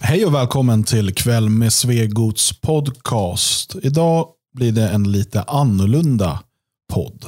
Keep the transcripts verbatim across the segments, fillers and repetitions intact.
Hej och välkommen till Kväll med Svegots podcast. Idag blir det en lite annorlunda podd.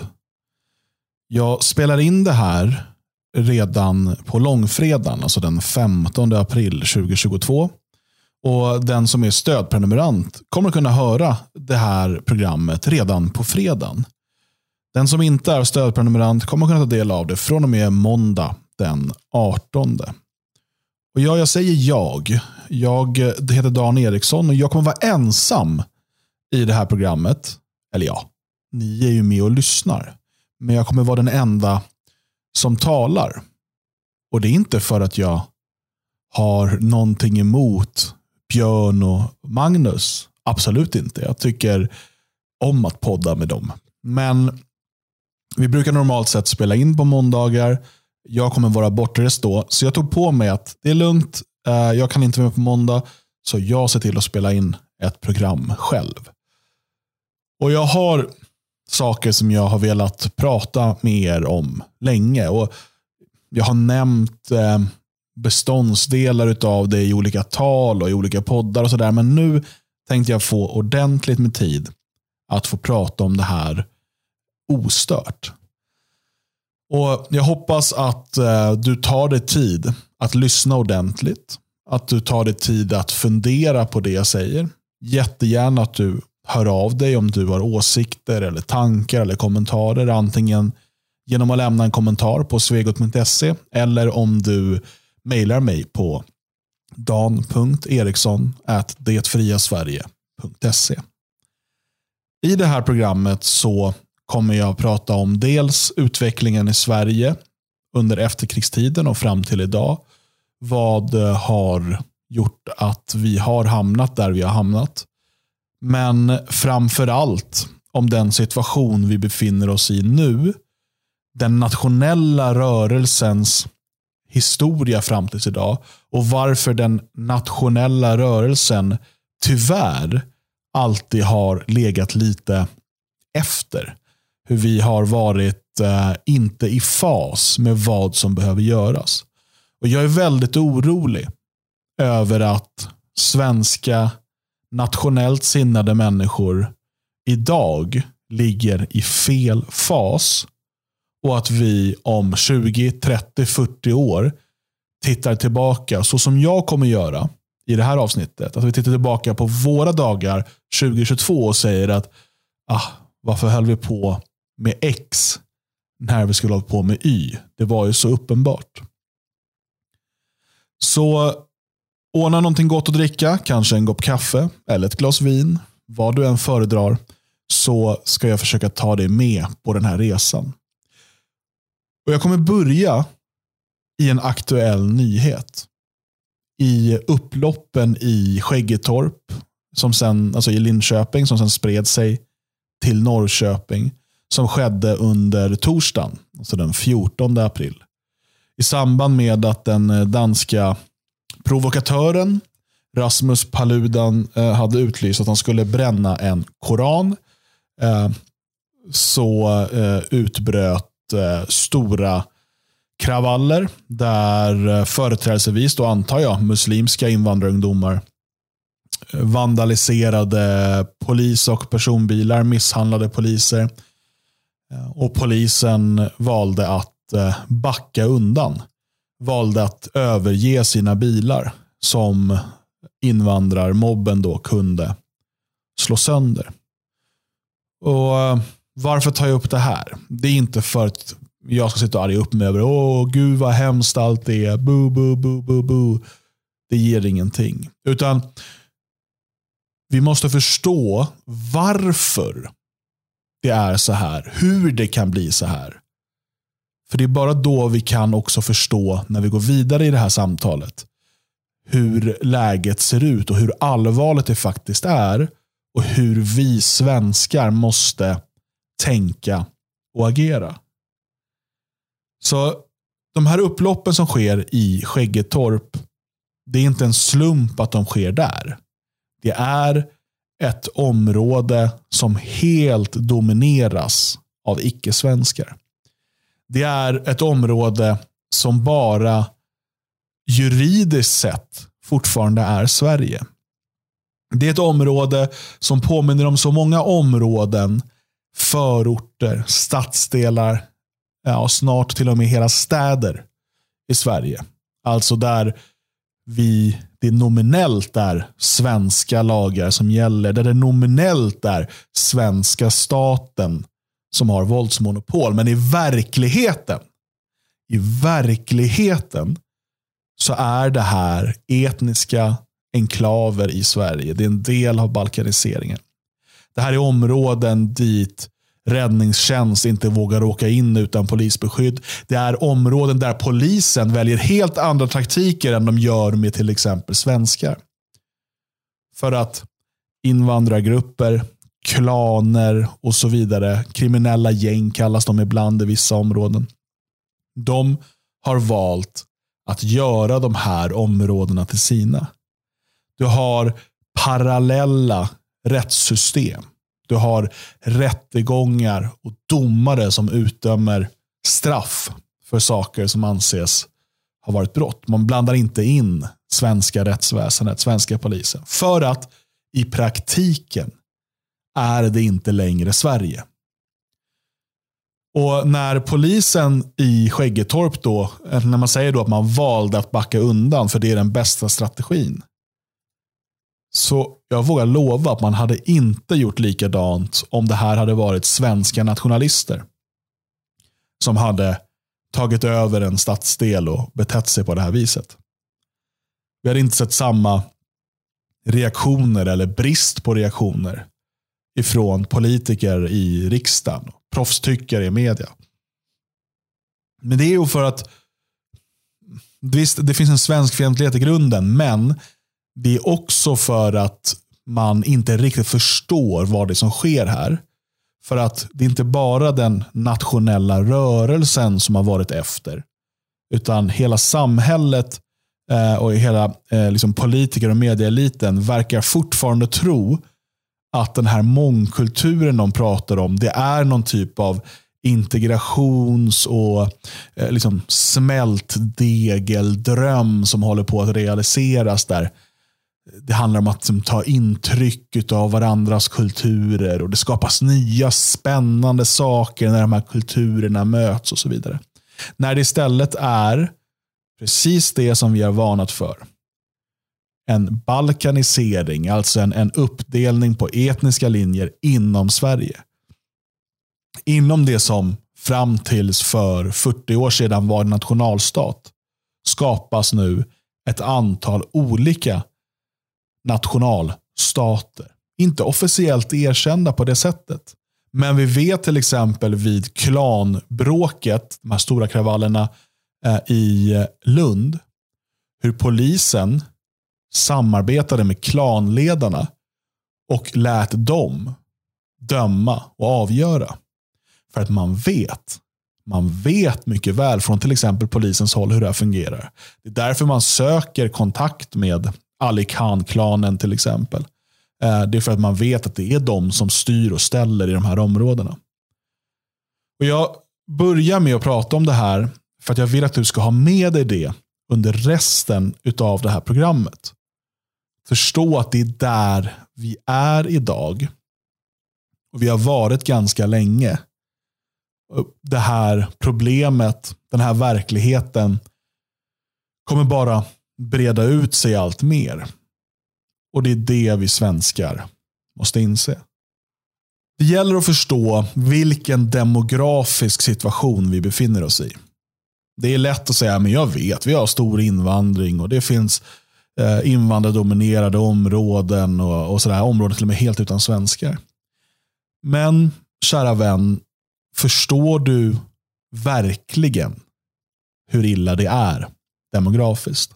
Jag spelar in det här redan på långfredagen, alltså den femtonde april tjugohundratjugotvå. Och den som är stödprenumerant kommer kunna höra det här programmet redan på fredagen. Den som inte är stödprenumerant kommer kunna ta del av det från och med måndag den artonde. Och jag, jag säger jag. Jag det heter Dan Eriksson och jag kommer vara ensam i det här programmet. Eller ja, ni är ju med och lyssnar. Men jag kommer vara den enda som talar. Och det är inte för att jag har någonting emot Björn och Magnus. Absolut inte. Jag tycker om att podda med dem. Men vi brukar normalt sett spela in på måndagar. Jag kommer vara bortrest då. Så jag tog på mig att det är lugnt. Jag kan inte vara med på måndag. Så jag ser till att spela in ett program själv. Och jag har saker som jag har velat prata med er om länge. Och jag har nämnt beståndsdelar utav det i olika tal och i olika poddar och sådär. Men nu tänkte jag få ordentligt med tid att få prata om det här ostört. Och jag hoppas att eh, du tar dig tid att lyssna ordentligt. Att du tar dig tid att fundera på det jag säger. Jättegärna att du hör av dig om du har åsikter eller tankar eller kommentarer. Antingen genom att lämna en kommentar på svegot punkt se eller om du mejlar mig på dan punkt eriksson at detfriasverige punkt se. I det här programmet så kommer jag att prata om dels utvecklingen i Sverige under efterkrigstiden och fram till idag. Vad har gjort att vi har hamnat där vi har hamnat. Men framförallt om den situation vi befinner oss i nu. Den nationella rörelsens historia fram till idag. Och varför den nationella rörelsen tyvärr alltid har legat lite efter. Hur vi har varit eh, inte i fas med vad som behöver göras. Och jag är väldigt orolig över att svenska nationellt sinnade människor idag ligger i fel fas. Och att vi om tjugo, trettio, fyrtio år tittar tillbaka så som jag kommer göra i det här avsnittet. Att vi tittar tillbaka på våra dagar tjugohundratjugotvå och säger att ah, varför höll vi på med X när vi skulle hålla på med Y. Det var ju så uppenbart. Så ordna någonting gott att dricka, kanske en kopp kaffe eller ett glas vin, vad du än föredrar, så ska jag försöka ta dig med på den här resan. Och jag kommer börja i en aktuell nyhet. I upploppen i Skäggetorp, som sen, alltså i Linköping, som sen spred sig till Norrköping, som skedde under torsdagen, alltså den fjortonde april. I samband med att den danska provokatören Rasmus Paludan eh, hade utlyst att han skulle bränna en koran, eh, så eh, utbröt eh, stora kravaller där eh, företrädelsevis, då antar jag, muslimska invandrarungdomar vandaliserade polis- och personbilar, misshandlade poliser. Och polisen valde att backa undan. Valde att överge sina bilar som invandrarmobben då kunde slå sönder. Och varför tar jag upp det här? Det är inte för att jag ska sitta och arga upp mig över åh gud vad hemskt allt det är. Boo, boo, boo, boo, boo. Det ger ingenting. Utan vi måste förstå varför det är så här. Hur det kan bli så här. För det är bara då vi kan också förstå när vi går vidare i det här samtalet. Hur läget ser ut och hur allvarligt det faktiskt är. Och hur vi svenskar måste tänka och agera. Så de här upploppen som sker i Skäggetorp, det är inte en slump att de sker där. Det är ett område som helt domineras av icke-svenskar. Det är ett område som bara juridiskt sett fortfarande är Sverige. Det är ett område som påminner om så många områden, förorter, stadsdelar, ja, snart till och med hela städer i Sverige. Alltså där vi, det nominellt är svenska lagar som gäller, där det nominellt är svenska staten som har våldsmonopol. Men i verkligheten, i verkligheten så är det här etniska enklaver i Sverige. Det är en del av balkaniseringen. Det här är områden dit räddningstjänst inte vågar åka in utan polisbeskydd. Det är områden där polisen väljer helt andra taktiker än de gör med till exempel svenskar. För att invandrargrupper, klaner och så vidare, kriminella gäng kallas de ibland i vissa områden. De har valt att göra de här områdena till sina. Du har parallella rättssystem. Du har rättegångar och domare som utdömer straff för saker som anses ha varit brott. Man blandar inte in svenska rättsväsendet, svenska polisen. För att i praktiken är det inte längre Sverige. Och när polisen i Skäggetorp då, när man säger då att man valde att backa undan för det är den bästa strategin. Så jag vågar lova att man hade inte gjort likadant om det här hade varit svenska nationalister som hade tagit över en stadsdel och betett sig på det här viset. Vi hade inte sett samma reaktioner eller brist på reaktioner ifrån politiker i riksdagen, proffstyckare i media. Men det är ju för att visst, det finns en svensk fientlighet i grunden, men det är också för att man inte riktigt förstår vad det är som sker här. För att det är inte bara den nationella rörelsen som har varit efter, utan hela samhället eh, och hela eh, liksom politiker och medieeliten verkar fortfarande tro att den här mångkulturen de pratar om, det är någon typ av integrations- och eh, liksom smältdegeldröm som håller på att realiseras där. Det handlar om att som, ta intryck av varandras kulturer och det skapas nya spännande saker när de här kulturerna möts och så vidare. När det istället är precis det som vi har varnat för. En balkanisering, alltså en, en uppdelning på etniska linjer inom Sverige. Inom det som fram tills för fyrtio år sedan var en nationalstat skapas nu ett antal olika nationalstater. Inte officiellt erkända på det sättet. Men vi vet till exempel vid klanbråket, de här stora kravallerna eh, i Lund, hur polisen samarbetade med klanledarna och lät dem döma och avgöra. För att man vet, man vet mycket väl från till exempel polisens håll hur det här fungerar. Det är därför man söker kontakt med Ali Khan-klanen till exempel. Det är för att man vet att det är de som styr och ställer i de här områdena. Och jag börjar med att prata om det här för att jag vill att du ska ha med dig det under resten av det här programmet. Förstå att det är där vi är idag. Och vi har varit ganska länge. Det här problemet, den här verkligheten kommer bara breda ut sig allt mer. Och det är det vi svenskar måste inse. Det gäller att förstå vilken demografisk situation vi befinner oss i. Det är lätt att säga, men jag vet, vi har stor invandring och det finns eh, invandrardominerade områden och, och sådär, områden till och med helt utan svenskar. Men, kära vän, förstår du verkligen hur illa det är demografiskt?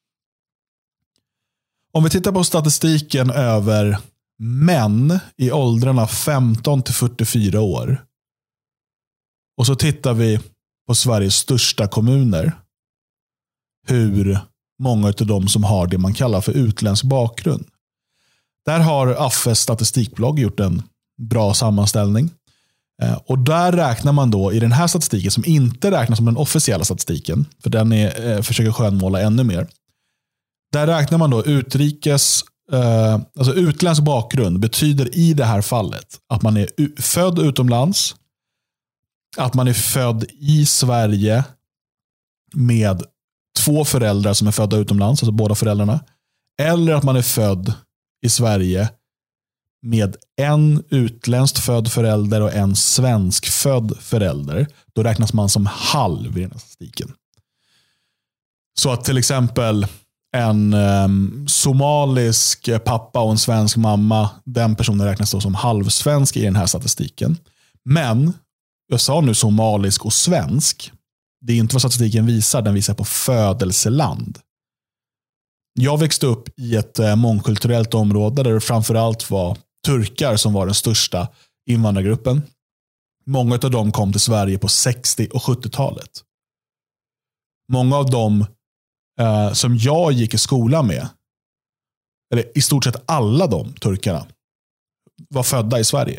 Om vi tittar på statistiken över män i åldrarna femton till fyrtiofyra år och så tittar vi på Sveriges största kommuner, hur många av dem som har det man kallar för utländsk bakgrund. Där har A F E:s statistikblogg gjort en bra sammanställning. Och där räknar man då i den här statistiken, som inte räknas som den officiella statistiken, för den är, försöker skönmåla ännu mer. Där räknar man då utrikes, eh, alltså utländsk bakgrund betyder i det här fallet att man är u- född utomlands, att man är född i Sverige med två föräldrar som är födda utomlands, alltså båda föräldrarna, eller att man är född i Sverige med en utländskt född förälder och en svensk född förälder. Då räknas man som halv i den här statistiken. Så att till exempel en um, somalisk pappa och en svensk mamma, den personen räknas då som halvsvensk i den här statistiken. Men jag sa nu somalisk och svensk. Det är inte vad statistiken visar, den visar på födelseland. Jag växte upp i ett eh, mångkulturellt område där det framförallt var turkar som var den största invandrargruppen. Många av dem kom till Sverige på sextio- och sjuttiotalet. Många av dem eh, som jag gick i skolan med, eller i stort sett alla de turkarna, var födda i Sverige.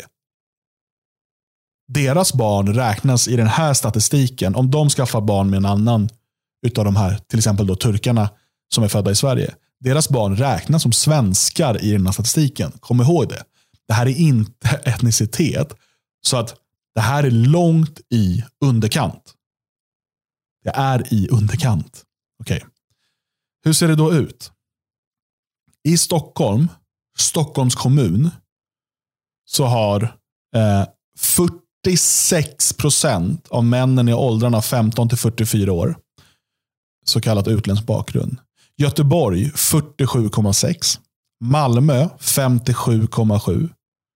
Deras barn räknas i den här statistiken, om de skaffar barn med en annan utav de här, till exempel då turkarna som är födda i Sverige. Deras barn räknas som svenskar i den här statistiken. Kom ihåg det. Det här är inte etnicitet. Så att det här är långt i underkant. Det är i underkant. Okej. Okay. Hur ser det då ut? I Stockholm, Stockholms kommun, så har eh, fyrtiosex procent av männen i åldrarna femton till fyrtiofyra år så kallat utländsk bakgrund. Göteborg fyrtiosju komma sex. Malmö femtiosju komma sju.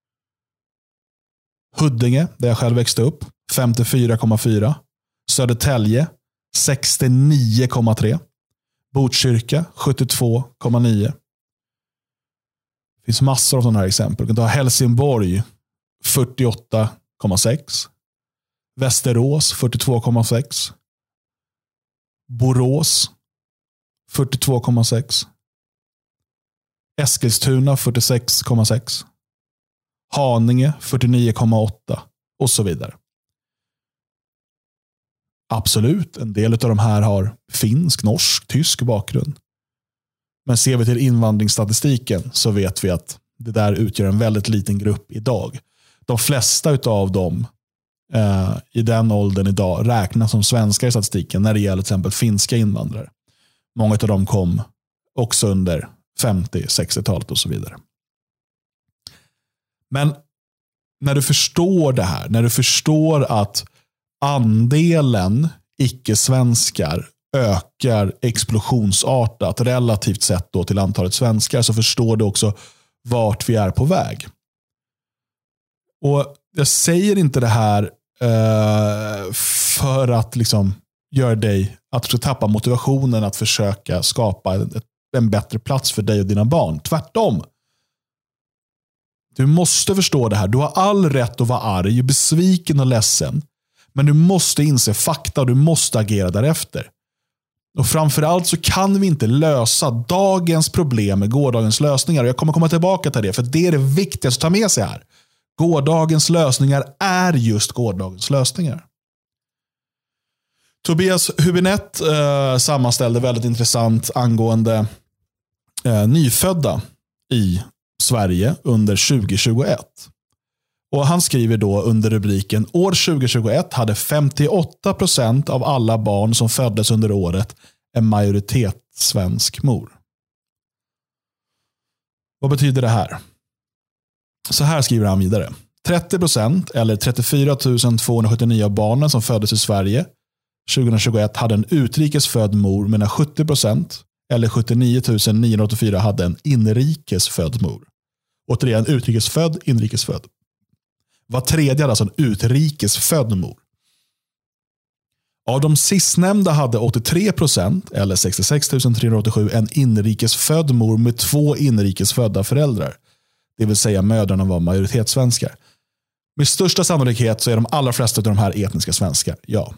Huddinge, där jag själv växte upp, femtiofyra komma fyra. Södertälje sextionio komma tre. Botkyrka sjuttiotvå komma nio. Det finns massor av sådana här exempel. Du kan ta Helsingborg fyrtioåtta komma sex. Västerås fyrtiotvå komma sex. Borås fyrtiotvå komma sex. Eskilstuna fyrtiosex komma sex. Haninge fyrtionio komma åtta och så vidare. Absolut, en del av de här har finsk, norsk, tysk bakgrund. Men ser vi till invandringsstatistiken så vet vi att det där utgör en väldigt liten grupp idag. De flesta av dem eh, i den åldern idag räknas som svenskar i statistiken när det gäller till exempel finska invandrare. Många av dem kom också under femtio-, sextiotalet och så vidare. Men när du förstår det här, när du förstår att andelen icke-svenskar ökar explosionsartat relativt sett då till antalet svenskar, så förstår du också vart vi är på väg. Och jag säger inte det här eh, för att liksom göra dig att du ska tappa motivationen att försöka skapa en, en bättre plats för dig och dina barn. Tvärtom. Du måste förstå det här. Du har all rätt att vara arg, besviken och ledsen. Men du måste inse fakta och du måste agera därefter. Och framförallt så kan vi inte lösa dagens problem med gårdagens lösningar. Och jag kommer komma tillbaka till det, för det är det viktigaste att ta med sig här. Gårdagens lösningar är just gårdagens lösningar. Tobias Hübinette eh, sammanställde väldigt intressant angående eh, nyfödda i Sverige under tjugo tjugoett. Och han skriver då under rubriken: år tjugo tjugoett hade femtioåtta procent av alla barn som föddes under året en majoritet svensk mor. Vad betyder det här? Så här skriver han vidare. trettio procent eller trettiofyra tusen tvåhundrasjuttionio av barnen som föddes i Sverige tjugo tjugoett hade en utrikes född mor, medan sjuttio procent eller sjuttionio tusen niohundraåttiofyra hade en inrikes född mor. Återigen, utrikesfödd, inrikesfödd. Var tredje hade alltså en utrikesfödd mor. Av de sistnämnda hade åttiotre procent eller sextiosex tusen trehundraåttiosju en inrikesfödd mor med två inrikesfödda föräldrar. Det vill säga mödrarna var majoritetssvenskar. Med största sannolikhet så är de allra flesta av de här etniska svenskar. Ja.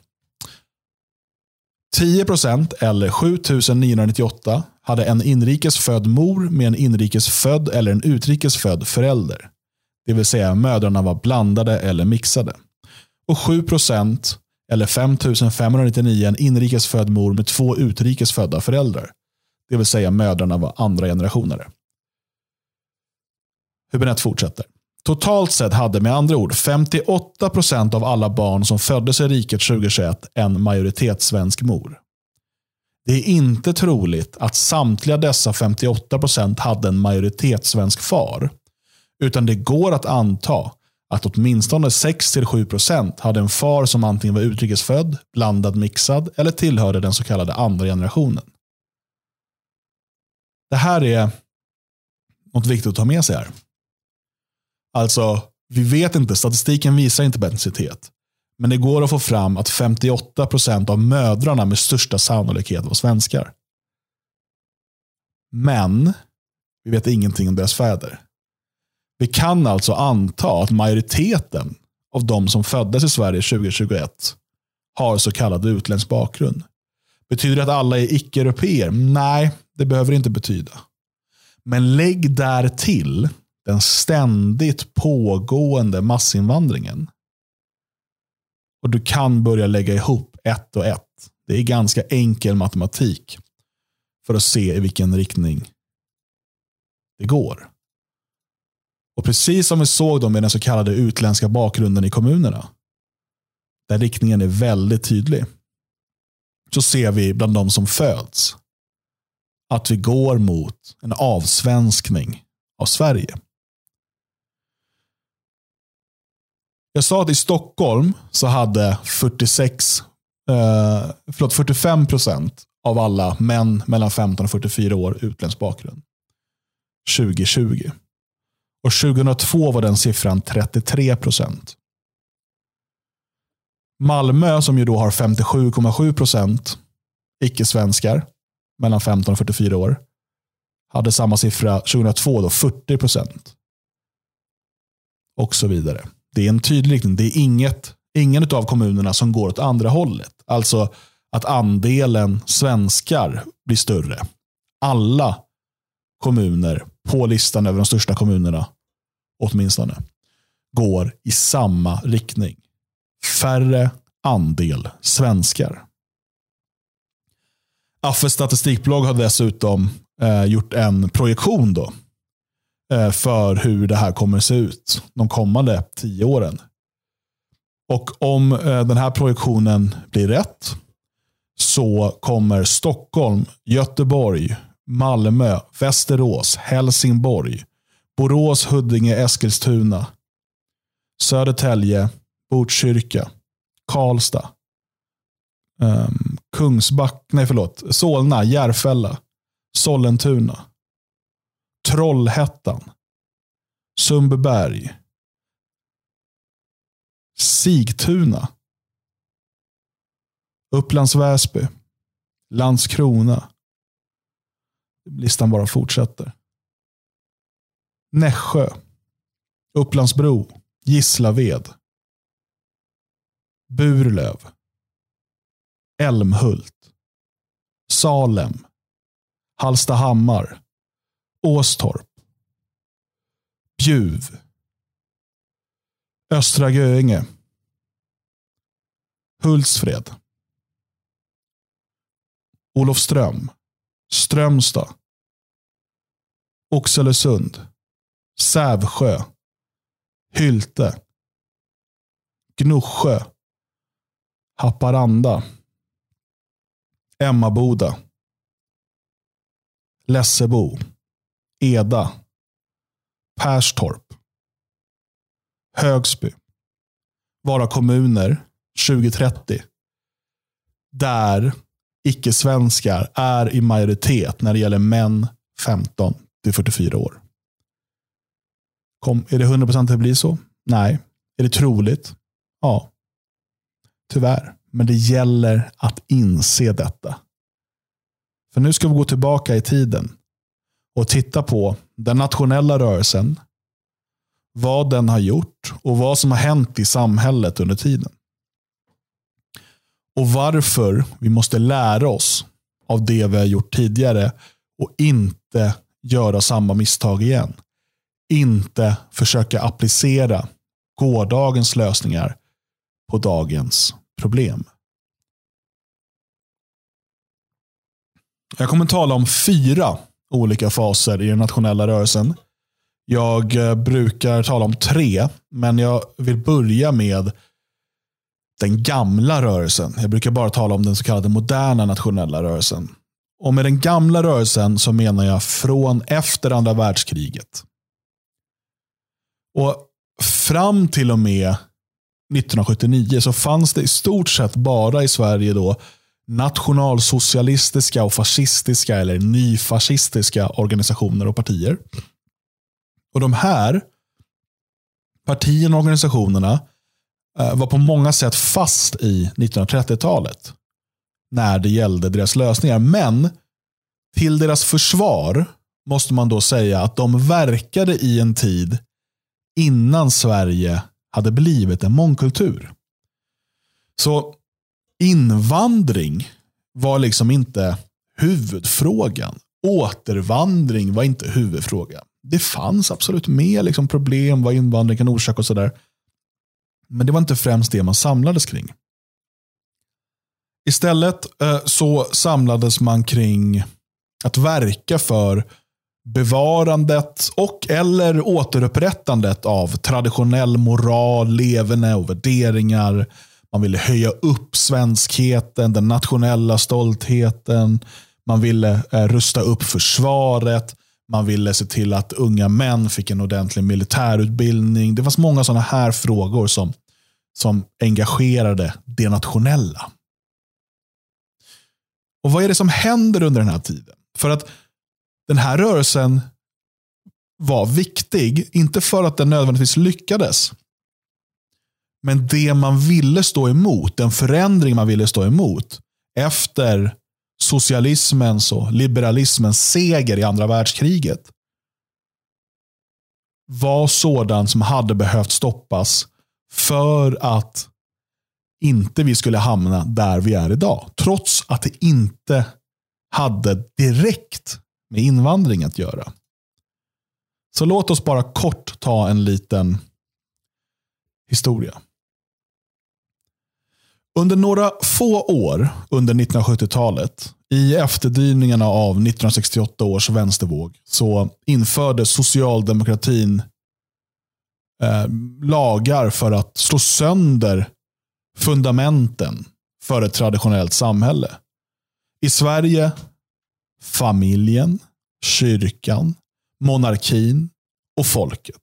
tio procent eller sju tusen niohundranittioåtta hade en inrikesfödd mor med en inrikesfödd eller en utrikesfödd förälder. Det vill säga mödrarna var blandade eller mixade. Och sju procent eller fem tusen femhundranittionio en inrikesfödd mor med två utrikesfödda föräldrar. det vill säga mödrarna var andra generationer. Hübinette fortsätter. Totalt sett hade med andra ord femtioåtta procent av alla barn som föddes i riket tjugohundratjugoett en majoritetssvensk mor. Det är inte troligt att samtliga dessa femtioåtta procent hade en majoritetssvensk far, utan det går att anta att åtminstone sex till sju procent hade en far som antingen var utrikesfödd, blandad, mixad eller tillhörde den så kallade andra generationen. Det här är något viktigt att ta med sig här. Alltså, vi vet inte, statistiken visar inte på etnicitet. Men det går att få fram att femtioåtta procent av mödrarna med största sannolikhet var svenskar. Men vi vet ingenting om deras fäder. Vi kan alltså anta att majoriteten av de som föddes i Sverige tjugohundratjugoett har så kallad utländsk bakgrund. Betyder det att alla är icke-europeer? Nej, det behöver inte betyda. Men lägg där till den ständigt pågående massinvandringen. Och du kan börja lägga ihop ett och ett. Det är ganska enkel matematik för att se i vilken riktning det går. Och precis som vi såg då med den så kallade utländska bakgrunden i kommunerna, där riktningen är väldigt tydlig, så ser vi bland de som föds att vi går mot en avsvenskning av Sverige. Jag sa att i Stockholm så hade fyrtiosex, eh, förlåt, fyrtiofem procent av alla män mellan femton och fyrtiofyra år utländsk bakgrund tjugohundratjugo. Och tjugohundratvå var den siffran trettiotre procent. Malmö, som ju då har femtiosju komma sju procent icke-svenskar mellan femton och fyrtiofyra år, hade samma siffra tjugohundratvå då fyrtio procent. Och så vidare. Det är en tydlig riktning. Det är inget, ingen av kommunerna som går åt andra hållet. Alltså att andelen svenskar blir större. Alla kommuner på listan över de största kommunerna åtminstone går i samma riktning. Färre andel svenskar. Affe statistikblogg har dessutom eh, gjort en projektion då eh, för hur det här kommer se ut de kommande tio åren. Och om eh, den här projektionen blir rätt så kommer Stockholm, Göteborg, Malmö, Västerås, Helsingborg, Borås, Huddinge, Eskilstuna, Södertälje, Botkyrka, Karlstad, um, Kungsback, nej förlåt, Solna, Järfälla, Sollentuna, Trollhättan, Sundbyberg, Sigtuna, Upplands Väsby, Landskrona. Listan bara fortsätter. Nässjö, Upplandsbro, Gislaved, Burlöv, Älmhult, Salem, Hallstahammar, Åstorp, Bjuv, Östra Göinge, Hultsfred, Olofström, Strömstad, Oxelösund, Sävsjö, Hylte, Gnosjö, Haparanda, Emmaboda, Lessebo, Eda, Perstorp, Högsby. Vara kommuner tjugo trettio där icke-svenskar är i majoritet när det gäller män femton till fyrtiofyra år. Kom, är det hundra procent att det blir så? Nej. Är det troligt? Ja. Tyvärr. Men det gäller att inse detta. För nu ska vi gå tillbaka i tiden och titta på den nationella rörelsen, vad den har gjort och vad som har hänt i samhället under tiden. Och varför vi måste lära oss av det vi har gjort tidigare och inte göra samma misstag igen. Inte försöka applicera gårdagens lösningar på dagens problem. Jag kommer tala om fyra olika faser i den nationella rörelsen. Jag brukar tala om tre, men jag vill börja med den gamla rörelsen. Jag brukar bara tala om den så kallade moderna nationella rörelsen. Och med den gamla rörelsen så menar jag från efter andra världskriget. Och fram till och med nittonhundrasjuttionio så fanns det i stort sett bara i Sverige då nationalsocialistiska och fascistiska eller nyfascistiska organisationer och partier. Och de här partierna och organisationerna var på många sätt fast i nittonhundratrettiotalet när det gällde deras lösningar. Men till deras försvar måste man då säga att de verkade i en tid innan Sverige hade blivit en mångkultur. Så invandring var liksom inte huvudfrågan. Återvandring var inte huvudfrågan. Det fanns absolut med liksom problem vad invandring kan orsaka och sådär. Men det var inte främst det man samlades kring. Istället eh, så samlades man kring att verka för bevarandet och eller återupprättandet av traditionell moral, leverne och värderingar. Man ville höja upp svenskheten, den nationella stoltheten. Man ville eh, rusta upp försvaret. Man ville se till att unga män fick en ordentlig militärutbildning. Det fanns många sådana här frågor som, som engagerade det nationella. Och vad är det som händer under den här tiden? För att den här rörelsen var viktig, inte för att den nödvändigtvis lyckades. Men det man ville stå emot, den förändring man ville stå emot efter socialismens och liberalismens seger i andra världskriget var sådan som hade behövt stoppas för att inte vi skulle hamna där vi är idag. Trots att det inte hade direkt med invandring att göra. Så låt oss bara kort ta en liten historia. Under några få år under nittonhundrasjuttiotalet, i efterdyningarna av nittonhundrasextioåtta års vänstervåg, så införde socialdemokratin eh, lagar för att slå sönder fundamenten för ett traditionellt samhälle. I Sverige, familjen, kyrkan, monarkin och folket.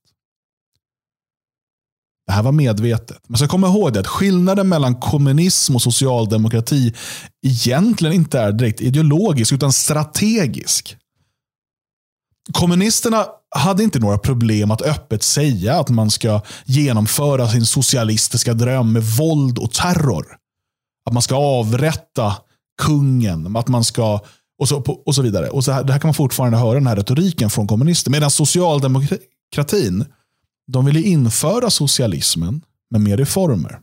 Det här var medvetet. Man ska komma ihåg det att skillnaden mellan kommunism och socialdemokrati egentligen inte är direkt ideologisk utan strategisk. Kommunisterna hade inte några problem att öppet säga att man ska genomföra sin socialistiska dröm med våld och terror. Att man ska avrätta kungen, att man ska och så, och så vidare. Och så här, det här kan man fortfarande höra den här retoriken från kommunister. Medan socialdemokratin, de ville införa socialismen med mer reformer.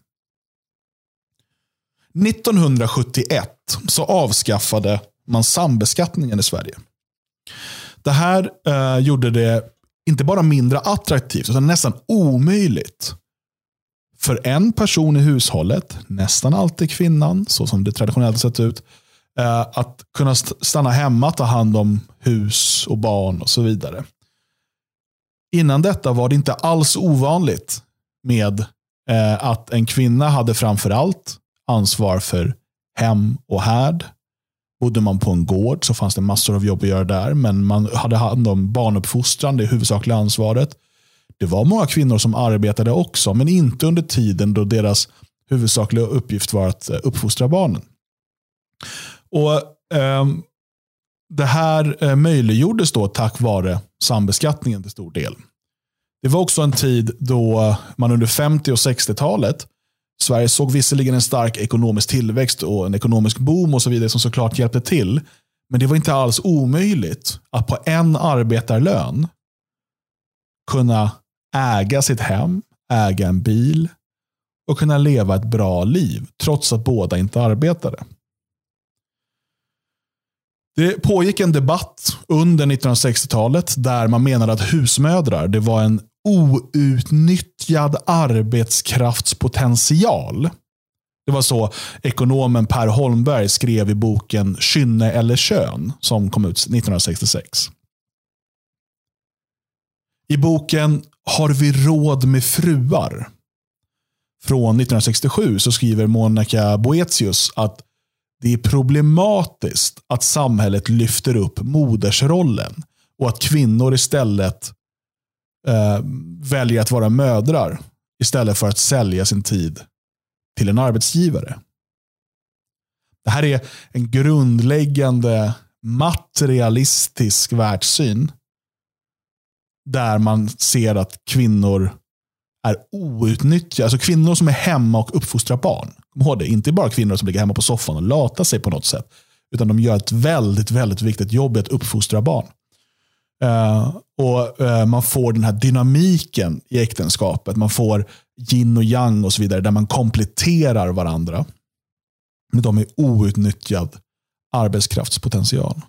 nittonhundrasjuttioett så avskaffade man sambeskattningen i Sverige. Det här eh, gjorde det inte bara mindre attraktivt utan nästan omöjligt för en person i hushållet, nästan alltid kvinnan, så som det traditionellt sett ut, eh, att kunna stanna hemma, ta hand om hus och barn och så vidare. Innan detta var det inte alls ovanligt med eh, att en kvinna hade framförallt ansvar för hem och härd. Bodde man på en gård så fanns det massor av jobb att göra där, men man hade hand om barnuppfostran, det huvudsakliga ansvaret. Det var många kvinnor som arbetade också, men inte under tiden då deras huvudsakliga uppgift var att uppfostra barnen. Och eh, det här eh, möjliggjordes då tack vare sambeskattningen till stor del. Det var också en tid då man under femtio- och sextiotalet Sverige såg visserligen en stark ekonomisk tillväxt och en ekonomisk boom och så vidare som såklart hjälpte till. Men det var inte alls omöjligt att på en arbetarlön kunna äga sitt hem, äga en bil och kunna leva ett bra liv trots att båda inte arbetade. Det pågick en debatt under nittonhundrasextiotalet där man menade att husmödrar, det var en outnyttjad arbetskraftspotential. Det var så ekonomen Per Holmberg skrev i boken Kynne eller kön som kom ut nittonhundrasextiosex. I boken Har vi råd med fruar? Från nittonhundrasextiosju så skriver Monica Boetius att det är problematiskt att samhället lyfter upp modersrollen och att kvinnor istället eh, väljer att vara mödrar istället för att sälja sin tid till en arbetsgivare. Det här är en grundläggande materialistisk världssyn där man ser att kvinnor är outnyttjade. Alltså kvinnor som är hemma och uppfostrar barn. Kom ihåg det, inte bara kvinnor som ligger hemma på soffan och latar sig på något sätt. Utan de gör ett väldigt, väldigt viktigt jobb i att uppfostra barn. Uh, och uh, man får den här dynamiken i äktenskapet. Man får yin och yang och så vidare. Där man kompletterar varandra. Men de är outnyttjad arbetskraftspotential.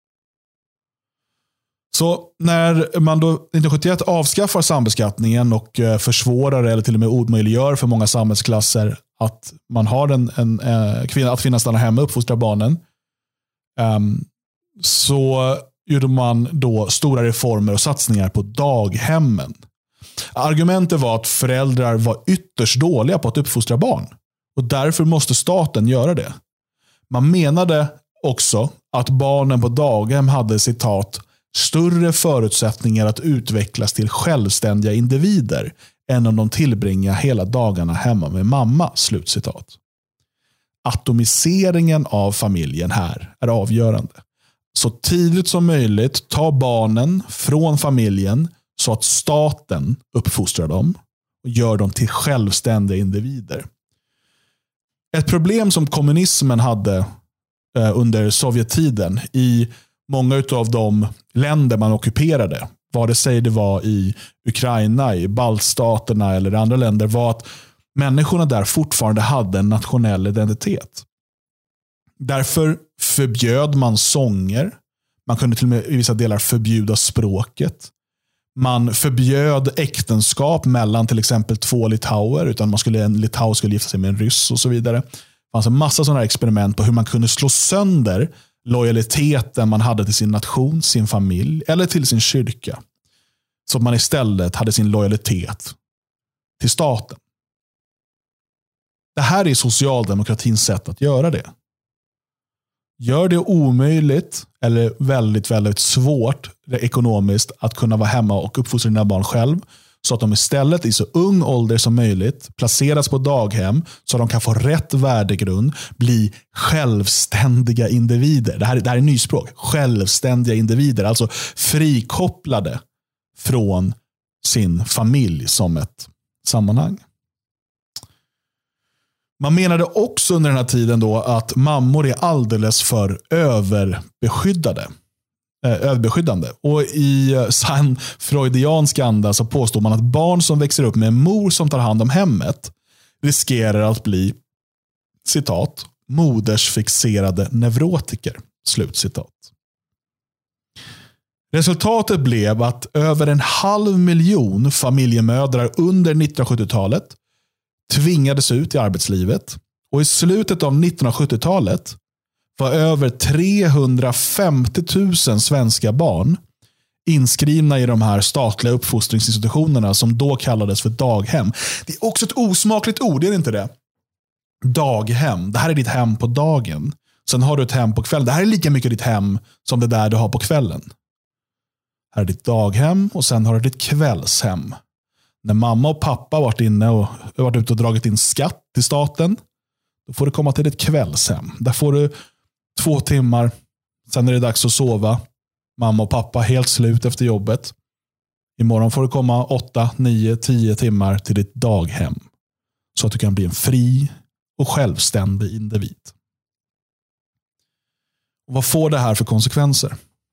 Så när man då nittonhundrasjuttioett avskaffar sambeskattningen och försvårar eller till och med omöjliggör för många samhällsklasser att man har en, en, en kvinna att kvinnan stannar hemma och uppfostrar barnen, um, så gjorde man då stora reformer och satsningar på daghemmen. Argumentet var att föräldrar var ytterst dåliga på att uppfostra barn och därför måste staten göra det. Man menade också att barnen på daghem hade, citat, större förutsättningar att utvecklas till självständiga individer än om de tillbringar hela dagarna hemma med mamma, slutcitat. Atomiseringen av familjen här är avgörande. Så tidigt som möjligt ta barnen från familjen så att staten uppfostrar dem och gör dem till självständiga individer. Ett problem som kommunismen hade under Sovjettiden i många av de länder man ockuperade, vad det säger det var i Ukraina, i baltstaterna eller andra länder, var att människorna där fortfarande hade en nationell identitet. Därför förbjöd man sånger. Man kunde till och med i vissa delar förbjuda språket. Man förbjöd äktenskap mellan till exempel två litauer, utan man skulle, en litau skulle gifta sig med en ryss och så vidare. Det fanns en massa sådana här experiment på hur man kunde slå sönder lojaliteten man hade till sin nation, sin familj eller till sin kyrka. Så att man istället hade sin lojalitet till staten. Det här är socialdemokratins sätt att göra det. Gör det omöjligt eller väldigt, väldigt svårt ekonomiskt att kunna vara hemma och uppfostra sina barn själv, så att de istället i så ung ålder som möjligt placeras på daghem så att de kan få rätt värdegrund, bli självständiga individer. Det här, det här är nyspråk. Självständiga individer, alltså frikopplade från sin familj som ett sammanhang. Man menade också under den här tiden då att mammor är alldeles för överbeskyddade. Eh, överbeskyddande. Och i sann freudiansk anda så påstår man att barn som växer upp med en mor som tar hand om hemmet riskerar att bli, citat, modersfixerade neurotiker, slutcitat. Resultatet blev att över en halv miljon familjemödrar under nittonhundrasjuttiotalet tvingades ut i arbetslivet, och i slutet av nittonhundrasjuttiotalet var över trehundrafemtio tusen svenska barn inskrivna i de här statliga uppfostringsinstitutionerna som då kallades för daghem. Det är också ett osmakligt ord, är det inte det? Daghem. Det här är ditt hem på dagen. Sen har du ett hem på kvällen. Det här är lika mycket ditt hem som det där du har på kvällen. Här är ditt daghem och sen har du ditt kvällshem. När mamma och pappa varit inne och varit ute och dragit in skatt till staten, då får du komma till ditt kvällshem. Där får du två timmar. Sen är det dags att sova. Mamma och pappa helt slut efter jobbet. Imorgon får du komma åtta, nio, tio timmar till ditt daghem. Så att du kan bli en fri och självständig individ. Och vad får det här för konsekvenser?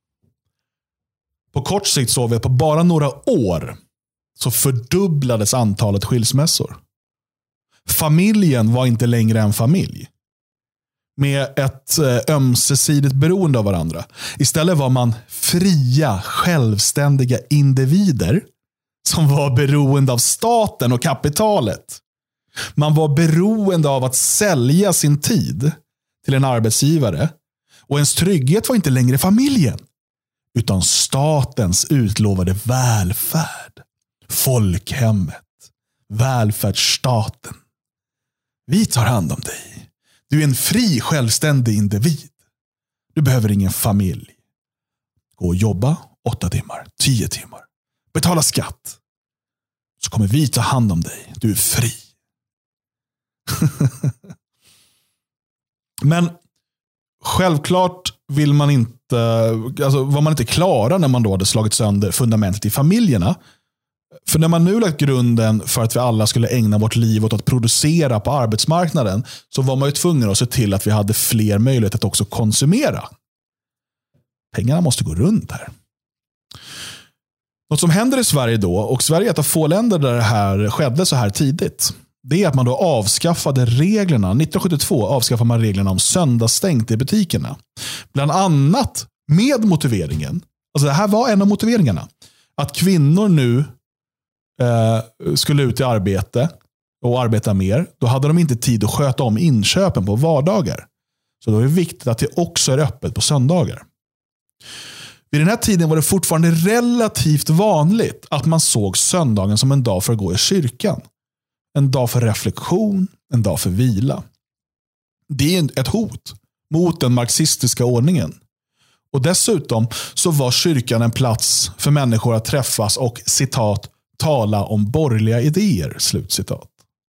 På kort sikt så vi på bara några år så fördubblades antalet skilsmässor. Familjen var inte längre en familj med ett ömsesidigt beroende av varandra. Istället var man fria, självständiga individer som var beroende av staten och kapitalet. Man var beroende av att sälja sin tid till en arbetsgivare. Och ens trygghet var inte längre familjen, utan statens utlovade välfärd. Folkhemmet. Välfärdsstaten. Vi tar hand om dig. Du är en fri, självständig individ. Du behöver ingen familj. Gå och jobba åtta timmar, tio timmar. Betala skatt. Så kommer vi ta hand om dig. Du är fri. Men självklart vill man inte, alltså var man inte klara när man då hade slagit sönder fundamentet i familjerna. För när man nu lagt grunden för att vi alla skulle ägna vårt liv åt att producera på arbetsmarknaden, så var man ju tvungen att se till att vi hade fler möjligheter att också konsumera. Pengarna måste gå runt här. Något som händer i Sverige då, och Sverige är ett av få länder där det här skedde så här tidigt, det är att man då avskaffade reglerna. nittonhundrasjuttiotvå avskaffade man reglerna om söndagsstängt i butikerna. Bland annat med motiveringen, alltså det här var en av motiveringarna, att kvinnor nu eh, skulle ut i arbete och arbeta mer. Då hade de inte tid att sköta om inköpen på vardagar. Så då är det viktigt att det också är öppet på söndagar. Vid den här tiden var det fortfarande relativt vanligt att man såg söndagen som en dag för att gå i kyrkan. En dag för reflektion, en dag för vila. Det är ett hot mot den marxistiska ordningen. Och dessutom så var kyrkan en plats för människor att träffas och, citat, tala om borgerliga idéer, slutcitat.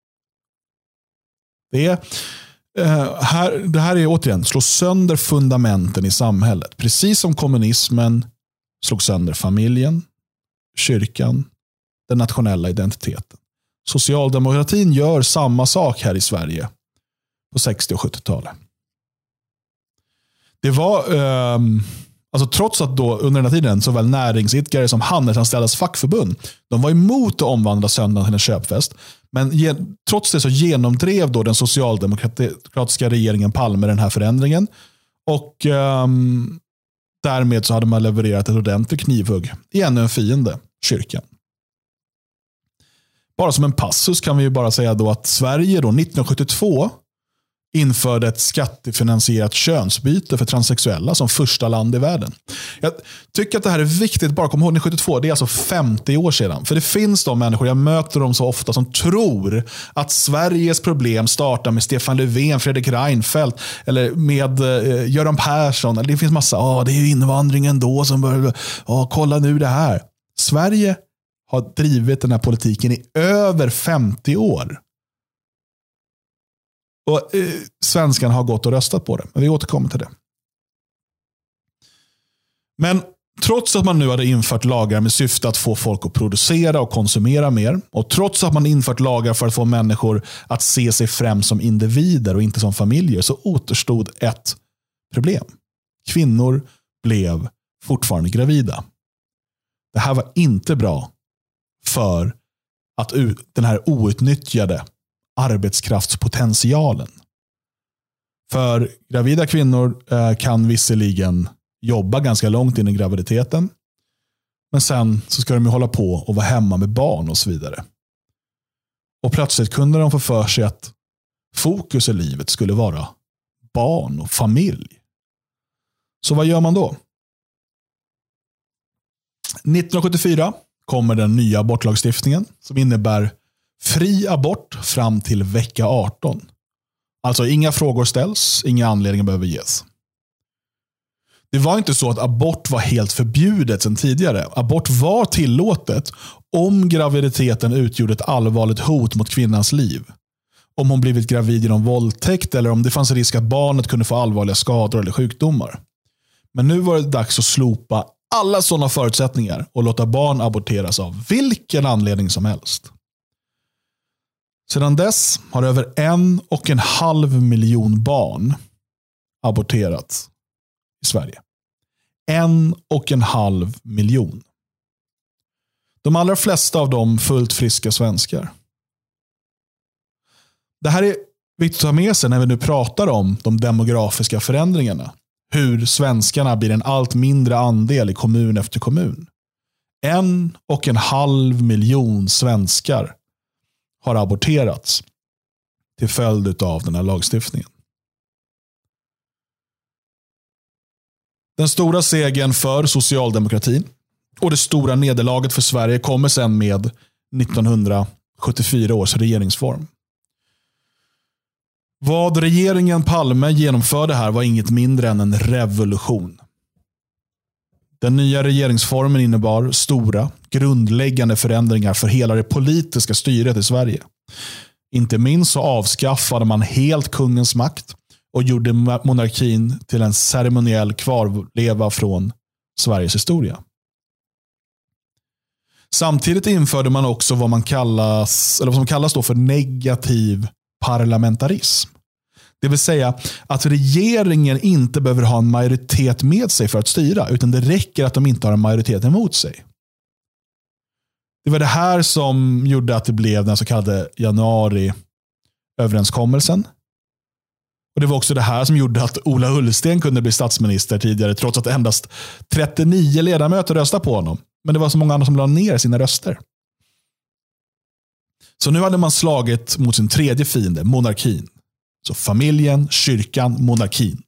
Det är, eh, här, det här är återigen slå sönder fundamenten i samhället. Precis som kommunismen slog sönder familjen, kyrkan, den nationella identiteten. Socialdemokratin gör samma sak här i Sverige på sextio- och sjuttiotalet. Det var, eh, alltså trots att då under den här tiden såväl näringsidkare som handelsanställdas fackförbund, de var emot att omvandla söndagen till en köpfest. Men ge, trots det så genomdrev då den socialdemokratiska regeringen Palme den här förändringen. Och eh, därmed så hade man levererat ett ordentligt knivhugg i ännu en fiende, kyrkan. Bara som en passus kan vi ju bara säga då att Sverige då nittonhundrasjuttiotvå införde ett skattefinansierat könsbyte för transsexuella som första land i världen. Jag tycker att det här är viktigt, bara kom ihåg nittonhundrasjuttiotvå, det är alltså femtio år sedan. För det finns de människor, jag möter dem så ofta, som tror att Sveriges problem startar med Stefan Löfven, Fredrik Reinfeldt eller med eh, Göran Persson. Det finns massa, ja det är ju invandringen då som börjar, ja kolla nu det här. Sverige har drivit den här politiken i över femtio år. Och eh, svenskarna har gått och röstat på det. Men vi återkommer till det. Men trots att man nu hade infört lagar med syfte att få folk att producera och konsumera mer, och trots att man infört lagar för att få människor att se sig främst som individer och inte som familjer, så återstod ett problem. Kvinnor blev fortfarande gravida. Det här var inte bra för att den här outnyttjade arbetskraftspotentialen. För gravida kvinnor eh, kan visserligen jobba ganska långt in i graviditeten, men sen så ska de ju hålla på och vara hemma med barn och så vidare. Och plötsligt kunde de få för sig att fokus i livet skulle vara barn och familj. Så vad gör man då? nittonhundrasjuttiofyra kommer den nya abortlagstiftningen som innebär fri abort fram till vecka arton. Alltså inga frågor ställs, inga anledningar behöver ges. Det var inte så att abort var helt förbjudet sedan tidigare. Abort var tillåtet om graviditeten utgjorde ett allvarligt hot mot kvinnans liv. Om hon blivit gravid genom våldtäkt eller om det fanns risk att barnet kunde få allvarliga skador eller sjukdomar. Men nu var det dags att slopa alla sådana förutsättningar och låta barn aborteras av vilken anledning som helst. Sedan dess har över en och en halv miljon barn aborterats i Sverige. En och en halv miljon. De allra flesta av dem fullt friska svenskar. Det här är viktigt att ta med sig när vi nu pratar om de demografiska förändringarna. Hur svenskarna blir en allt mindre andel i kommun efter kommun. En och en halv miljon svenskar har aborterats till följd av den här lagstiftningen. Den stora segern för socialdemokratin och det stora nederlaget för Sverige kommer sedan med nittonhundrasjuttiofyra års regeringsform. Vad regeringen Palme genomförde här var inget mindre än en revolution. Den nya regeringsformen innebar stora, grundläggande förändringar för hela det politiska styret i Sverige. Inte minst så avskaffade man helt kungens makt och gjorde monarkin till en ceremoniell kvarleva från Sveriges historia. Samtidigt införde man också vad man kallas, eller vad som kallas då för negativ parlamentarism. Det vill säga att regeringen inte behöver ha en majoritet med sig för att styra, utan det räcker att de inte har en majoritet emot sig. Det var det här som gjorde att det blev den så kallade januariöverenskommelsen. Och det var också det här som gjorde att Ola Ullsten kunde bli statsminister tidigare, trots att endast trettionio ledamöter röstade på honom. Men det var så många andra som lade ner sina röster. Så nu hade man slagit mot sin tredje fiende, monarkin. Så familjen, kyrkan, monarkin.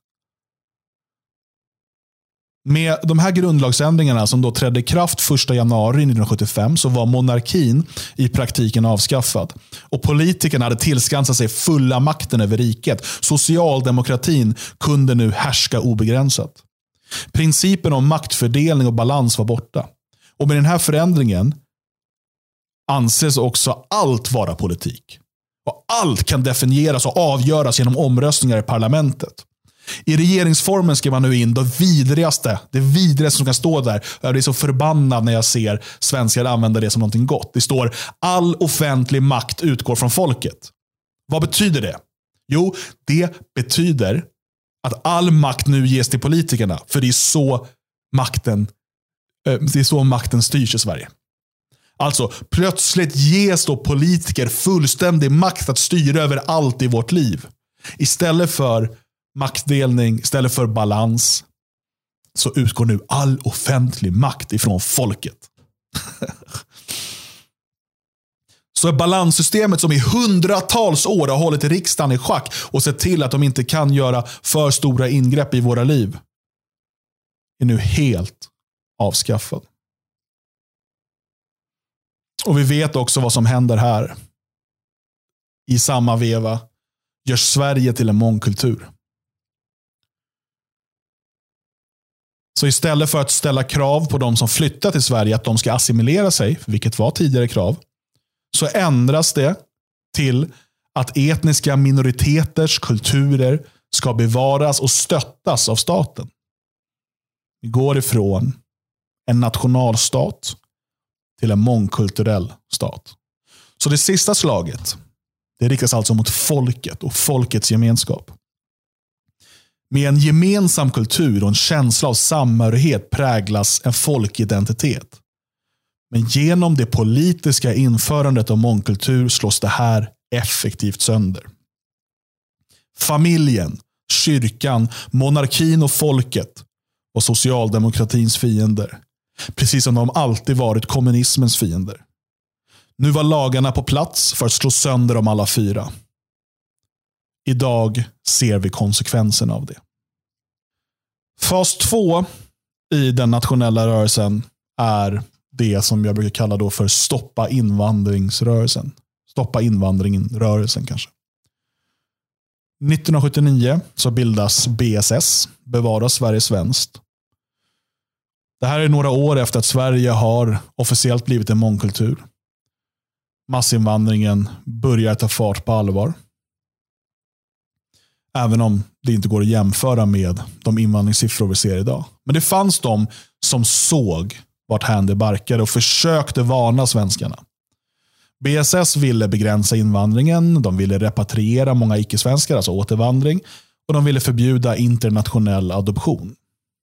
Med de här grundlagsändringarna som då trädde i kraft första januari nittonhundrasjuttiofem så var monarkin i praktiken avskaffad. Och politikerna hade tillskansat sig fulla makten över riket. Socialdemokratin kunde nu härska obegränsat. Principen om maktfördelning och balans var borta. Och med den här förändringen anses också allt vara politik. Och allt kan definieras och avgöras genom omröstningar i parlamentet. I regeringsformen ska man nu in det vidrigaste, det vidrigaste som kan stå där. Jag blir så förbannad när jag ser svenskar använda det som någonting gott. Det står: all offentlig makt utgår från folket. Vad betyder det? Jo, det betyder att all makt nu ges till politikerna. För det är så makten, det är så makten styrs i Sverige. Alltså, plötsligt ges då politiker fullständig makt att styra över allt i vårt liv. Istället för maktdelning, istället för balans, så utgår nu all offentlig makt ifrån folket. Så balanssystemet som i hundratals år har hållit riksdagen i schack och sett till att de inte kan göra för stora ingrepp i våra liv är nu helt avskaffad. Och vi vet också vad som händer här. I samma veva görs Sverige till en mångkultur. Så istället för att ställa krav på de som flyttar till Sverige att de ska assimilera sig, vilket var tidigare krav, så ändras det till att etniska minoriteters kulturer ska bevaras och stöttas av staten. Vi går ifrån en nationalstat till en mångkulturell stat. Så det sista slaget, det riktas alltså mot folket och folkets gemenskap. Med en gemensam kultur och en känsla av samhörighet präglas en folkidentitet. Men genom det politiska införandet av mångkultur slås det här effektivt sönder. Familjen, kyrkan, monarkin och folket var socialdemokratins fiender. Precis som de alltid varit kommunismens fiender. Nu var lagarna på plats för att slå sönder dem alla fyra. Idag ser vi konsekvenserna av det. Fas två i den nationella rörelsen är det som jag brukar kalla då för stoppa invandringsrörelsen. Stoppa invandringen-rörelsen kanske. nittonhundrasjuttionio så bildas B S S, Bevara Sverige svenskt. Det här är några år efter att Sverige har officiellt blivit en mångkultur. Massinvandringen börjar ta fart på allvar. Även om det inte går att jämföra med de invandringssiffror vi ser idag. Men det fanns de som såg vart hän det barkade och försökte varna svenskarna. B S S ville begränsa invandringen, de ville repatriera många icke-svenskar, alltså återvandring, och de ville förbjuda internationell adoption.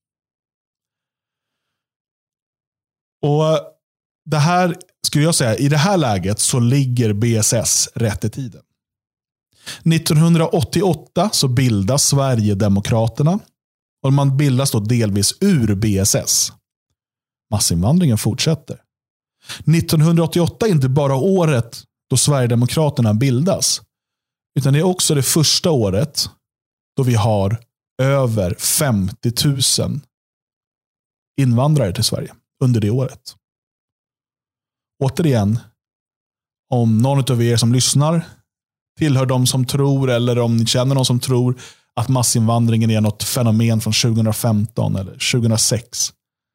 Och det här skulle jag säga, i det här läget så ligger B S S rätt i tiden. nittonhundraåttioåtta så bildas Sverigedemokraterna och man bildas då delvis ur B S S. Massinvandringen fortsätter. nittonhundraåttioåtta är inte bara året då Sverigedemokraterna bildas, Utan det är också det första året då vi har över femtio tusen invandrare till Sverige under det året. Återigen, om någon av er som lyssnar tillhör de som tror, eller om ni känner någon som tror att massinvandringen är något fenomen från tjugohundrafemton eller tjugohundrasex,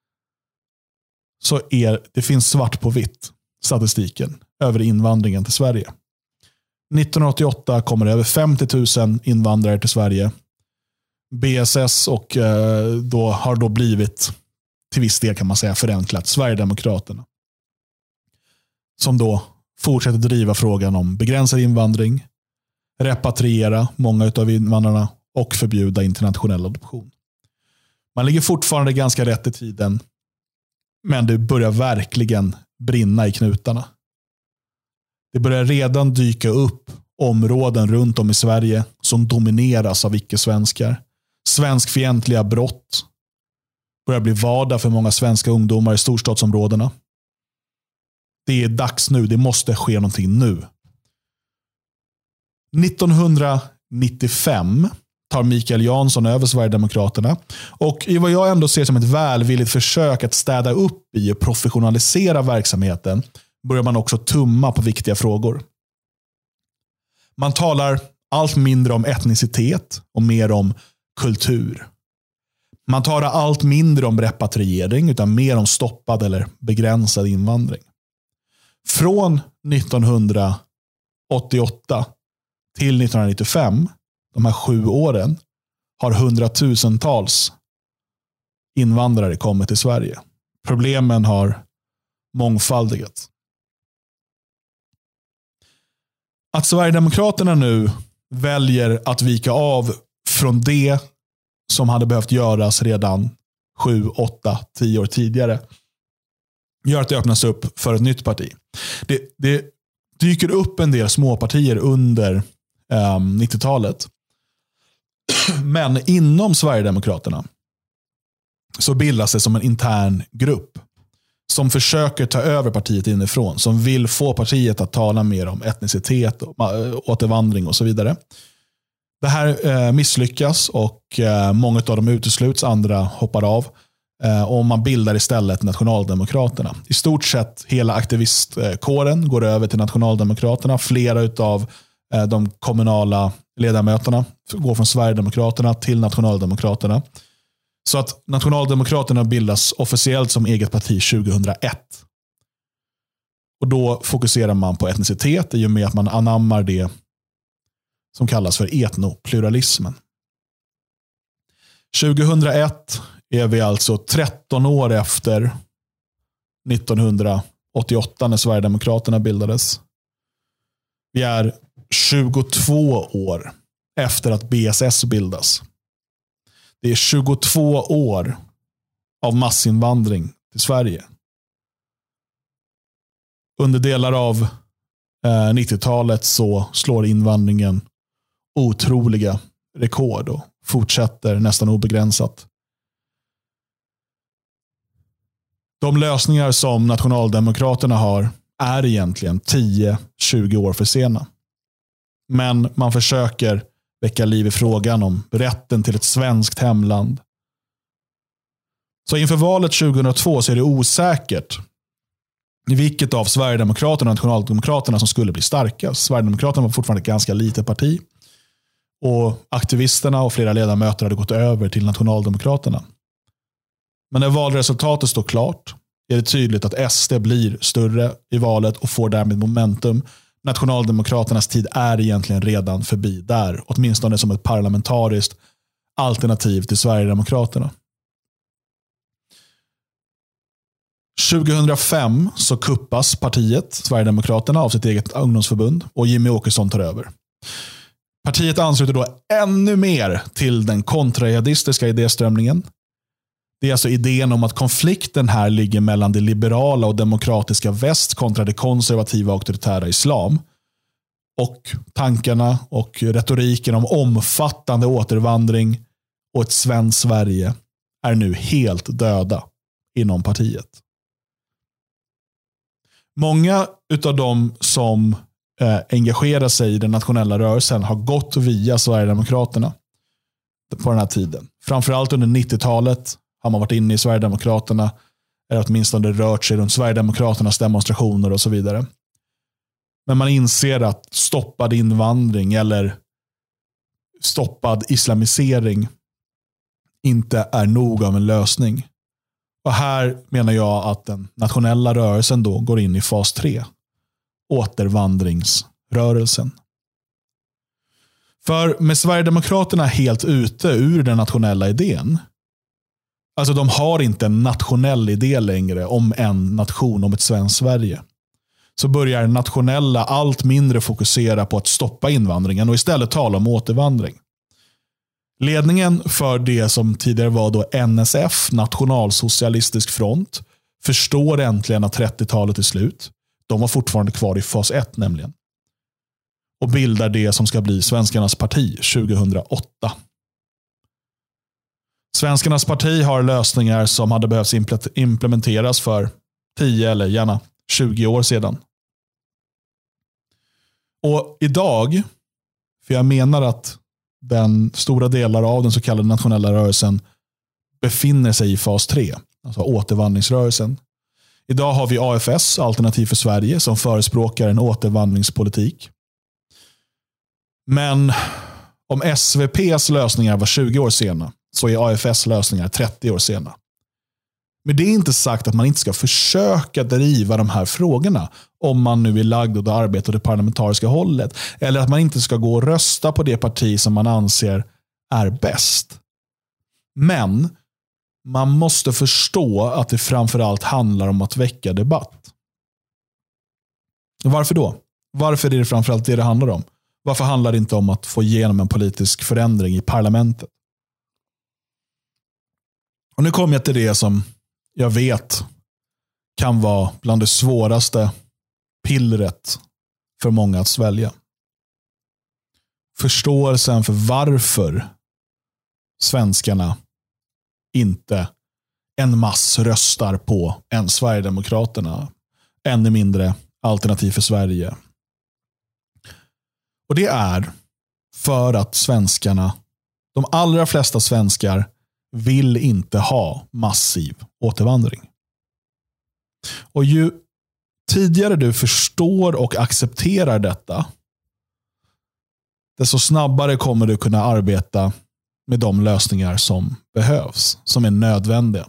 så är det finns svart på vitt statistiken över invandringen till Sverige. nittonhundraåttioåtta kommer det över femtio tusen invandrare till Sverige. B S S och eh, då har då blivit till viss del, kan man säga, förenklat Sverigedemokraterna, som då fortsätter driva frågan om begränsad invandring, repatriera många av invandrarna och förbjuda internationell adoption. Man ligger fortfarande ganska rätt i tiden, men det börjar verkligen brinna i knutarna. Det börjar redan dyka upp områden runt om i Sverige som domineras av icke-svenskar. Svenskfientliga brott börjar bli vardag för många svenska ungdomar i storstadsområdena. Det är dags nu, det måste ske någonting nu. nittonhundranittiofem tar Mikael Jansson över Sverigedemokraterna, och i vad jag ändå ser som ett välvilligt försök att städa upp i och professionalisera verksamheten börjar man också tumma på viktiga frågor. Man talar allt mindre om etnicitet och mer om kultur. Man talar allt mindre om repatriering utan mer om stoppad eller begränsad invandring. Från nittonhundraåttioåtta till nittonhundranittiofem, de här sju åren, har hundratusentals invandrare kommit till Sverige. Problemen har mångfaldigats. Att Sverigedemokraterna nu väljer att vika av från det som hade behövt göras redan sju, åtta, tio år tidigare gör att det öppnas upp för ett nytt parti. Det, det dyker upp en del småpartier under um, nittiotalet. Men inom Sverigedemokraterna så bildas det som en intern grupp som försöker ta över partiet inifrån, som vill få partiet att tala mer om etnicitet och återvandring och så vidare. Det här eh, misslyckas och eh, många av dem utesluts, andra hoppar av eh, och man bildar istället Nationaldemokraterna. I stort sett hela aktivistkåren går över till Nationaldemokraterna. Flera av eh, de kommunala ledamöterna går från Sverigedemokraterna till Nationaldemokraterna. Så att Nationaldemokraterna bildas officiellt som eget parti tjugohundraett. Och då fokuserar man på etnicitet i och med att man anammar det som kallas för etnopluralismen. tjugohundraett är vi alltså tretton år efter nittonhundraåttioåtta när Sverigedemokraterna bildades. Vi är tjugotvå år efter att B S S bildas. Det är tjugotvå år av massinvandring till Sverige. Under delar av eh, nittiotalet så slår invandringen otroliga rekord och fortsätter nästan obegränsat. De lösningar som Nationaldemokraterna har är egentligen tio till tjugo år för sena. Men man försöker väcka liv i frågan om rätten till ett svenskt hemland. Så inför valet tjugohundratvå så är det osäkert vilket av Sverigedemokraterna och Nationaldemokraterna som skulle bli starkast. Sverigedemokraterna var fortfarande ett ganska litet parti. Och aktivisterna och flera ledamöter hade gått över till Nationaldemokraterna. Men när valresultatet står klart är det tydligt att S D blir större i valet och får därmed momentum. Nationaldemokraternas tid är egentligen redan förbi där, åtminstone som ett parlamentariskt alternativ till Sverigedemokraterna. tjugohundrafem så kuppas partiet, Sverigedemokraterna, av sitt eget ungdomsförbund och Jimmy Åkesson tar över. Partiet ansluter då ännu mer till den kontrajihadistiska idéströmningen. Det är alltså idén om att konflikten här ligger mellan det liberala och demokratiska väst kontra det konservativa och auktoritära islam. Och tankarna och retoriken om omfattande återvandring och ett svenskt Sverige är nu helt döda inom partiet. Många utav dem som eh, engagera sig i den nationella rörelsen har gått via Sverigedemokraterna på den här tiden. Framförallt under nittiotalet har man varit inne i Sverigedemokraterna, eller åtminstone rört sig runt Sverigedemokraternas demonstrationer och så vidare. Men man inser att stoppad invandring eller stoppad islamisering inte är nog av en lösning. Och här menar jag att den nationella rörelsen då går in i fas tre. Återvandringsrörelsen. För med Sverigedemokraterna helt ute ur den nationella idén, alltså de har inte en nationell idé längre om en nation, om ett svenskt Sverige, så börjar nationella allt mindre fokusera på att stoppa invandringen och istället tala om återvandring. Ledningen för det som tidigare var då N S F, Nationalsocialistisk front, förstår äntligen att trettiotalet är slut. De var fortfarande kvar i fas ett nämligen. Och bildar det som ska bli Svenskarnas parti tjugohundraåtta. Svenskarnas parti har lösningar som hade behövt implementeras för tio eller gärna tjugo år sedan. Och idag, för jag menar att den stora delar av den så kallade nationella rörelsen befinner sig i fas tre, alltså återvandringsrörelsen. Idag har vi A F S, Alternativ för Sverige, som förespråkar en återvandringspolitik. Men om S V P:s lösningar var tjugo år sena, så är A F S lösningar trettio år sena. Men det är inte sagt att man inte ska försöka driva de här frågorna om man nu är lagd och arbetar det parlamentariska hållet. Eller att man inte ska gå och rösta på det parti som man anser är bäst. Men man måste förstå att det framförallt handlar om att väcka debatt. Varför då? Varför är det framförallt det det handlar om? Varför handlar det inte om att få igenom en politisk förändring i parlamentet? Och nu kommer jag till det som jag vet kan vara bland det svåraste pillret för många att svälja. Förståelsen för varför svenskarna inte en mass röstar på en Sverigedemokraterna, ännu mindre Alternativ för Sverige. Och det är för att svenskarna, de allra flesta svenskar, vill inte ha massiv återvandring. Och ju tidigare du förstår och accepterar detta, desto snabbare kommer du kunna arbeta med de lösningar som behövs, som är nödvändiga.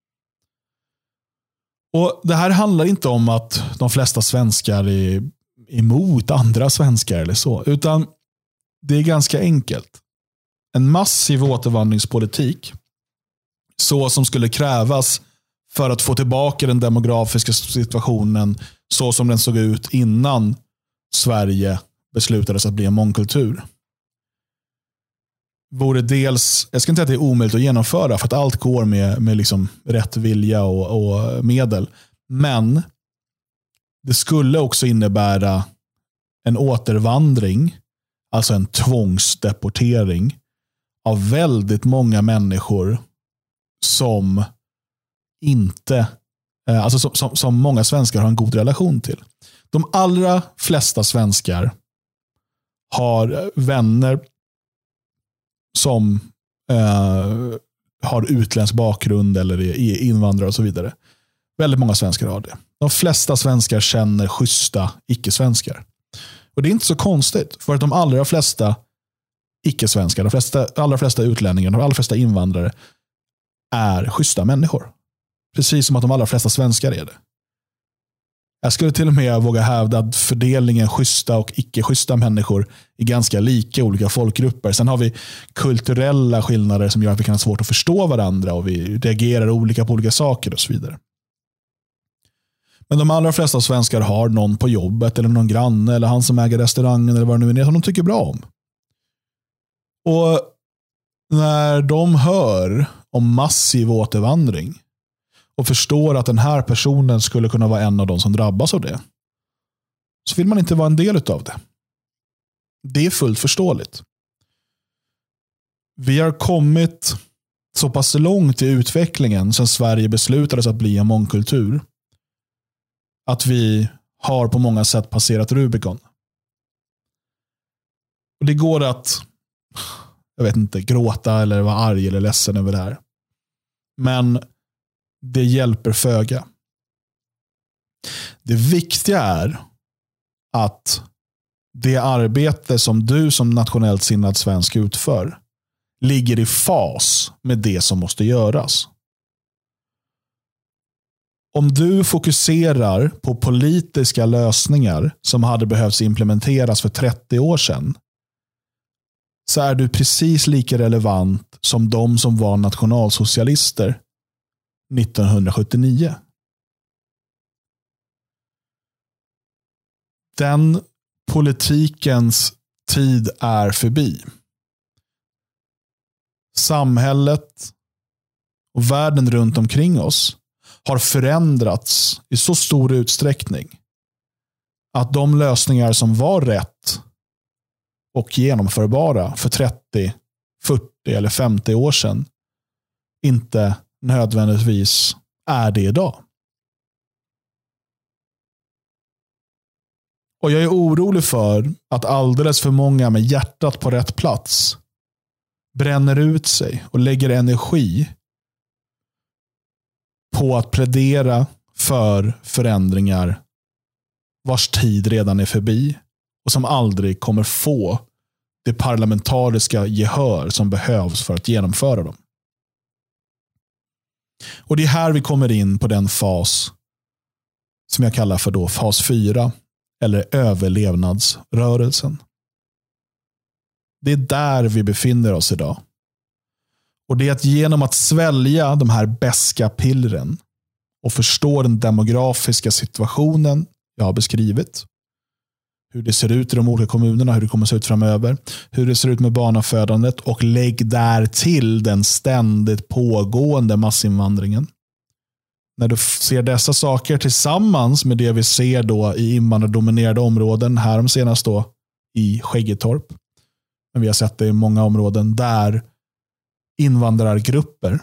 Och det här handlar inte om att de flesta svenskar är emot andra svenskar eller så, utan det är ganska enkelt. En massiv återvandringspolitik, så som skulle krävas för att få tillbaka den demografiska situationen så som den såg ut innan Sverige beslutades att bli en mångkultur, vore dels, jag ska inte säga att det är omöjligt att genomföra, för att allt går med, med liksom rätt vilja och, och medel. Men det skulle också innebära en återvandring, alltså en tvångsdeportering av väldigt många människor som inte, alltså som, som, som många svenskar har en god relation till. De allra flesta svenskar har vänner som eh, har utländsk bakgrund eller är invandrare och så vidare. Väldigt många svenskar har det. De flesta svenskar känner schyssta icke-svenskar. Och det är inte så konstigt, för att de allra flesta icke-svenskar, de flesta, allra flesta utlänningar, de allra flesta invandrare är schyssta människor. Precis som att de allra flesta svenskar är det. Jag skulle till och med våga hävda att fördelningen schyssta och icke-schyssta människor är ganska lika olika folkgrupper. Sen har vi kulturella skillnader som gör att vi kan ha svårt att förstå varandra och vi reagerar olika på olika saker och så vidare. Men de allra flesta svenskar har någon på jobbet eller någon granne eller han som äger restaurangen eller vad det nu är som de tycker bra om. Och när de hör om massiv återvandring och förstår att den här personen skulle kunna vara en av de som drabbas av det, så vill man inte vara en del av det. Det är fullt förståeligt. Vi har kommit så pass långt i utvecklingen sedan Sverige beslutades att bli en mångkultur att vi har på många sätt passerat Rubicon. Och det går att, jag vet inte, gråta eller vara arg eller ledsen över det här. Men det hjälper föga. Det viktiga är att det arbete som du som nationellt sinnad svensk utför ligger i fas med det som måste göras. Om du fokuserar på politiska lösningar som hade behövts implementeras för trettio år sedan, så är du precis lika relevant som de som var nationalsocialister nittonhundrasjuttionio. Den politikens tid är förbi. Samhället och världen runt omkring oss har förändrats i så stor utsträckning att de lösningar som var rätt och genomförbara för trettio, fyrtio eller femtio år sedan inte nödvändigtvis är det idag. Och jag är orolig för att alldeles för många med hjärtat på rätt plats bränner ut sig och lägger energi på att plädera för förändringar vars tid redan är förbi och som aldrig kommer få det parlamentariska gehör som behövs för att genomföra dem. Och det är här vi kommer in på den fas som jag kallar för då fas fyra eller överlevnadsrörelsen. Det är där vi befinner oss idag. Och det är att genom att svälja de här beska pillren och förstå den demografiska situationen jag har beskrivit, hur det ser ut i de olika kommunerna, hur det kommer att se ut framöver, hur det ser ut med barnafödandet och lägg där till den ständigt pågående massinvandringen. När du ser dessa saker tillsammans med det vi ser då i invandrardominerade områden, här de senast då i Skäggetorp, men vi har sett det i många områden där invandrargrupper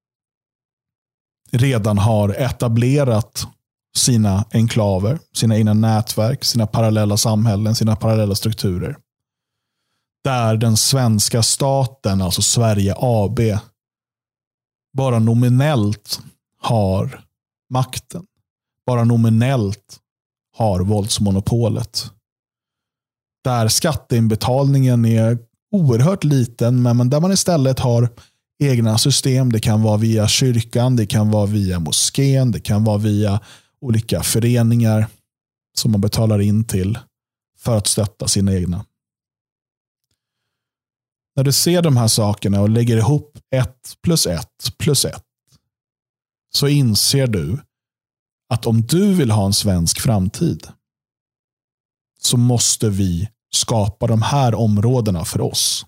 redan har etablerat sina enklaver, sina egna nätverk, sina parallella samhällen, sina parallella strukturer. Där den svenska staten, alltså Sverige A B, bara nominellt har makten. Bara nominellt har våldsmonopolet. Där skatteinbetalningen är oerhört liten, men där man istället har egna system. Det kan vara via kyrkan, det kan vara via moskén, det kan vara via olika föreningar som man betalar in till för att stötta sina egna. När du ser de här sakerna och lägger ihop ett plus ett plus ett, så inser du att om du vill ha en svensk framtid så måste vi skapa de här områdena för oss.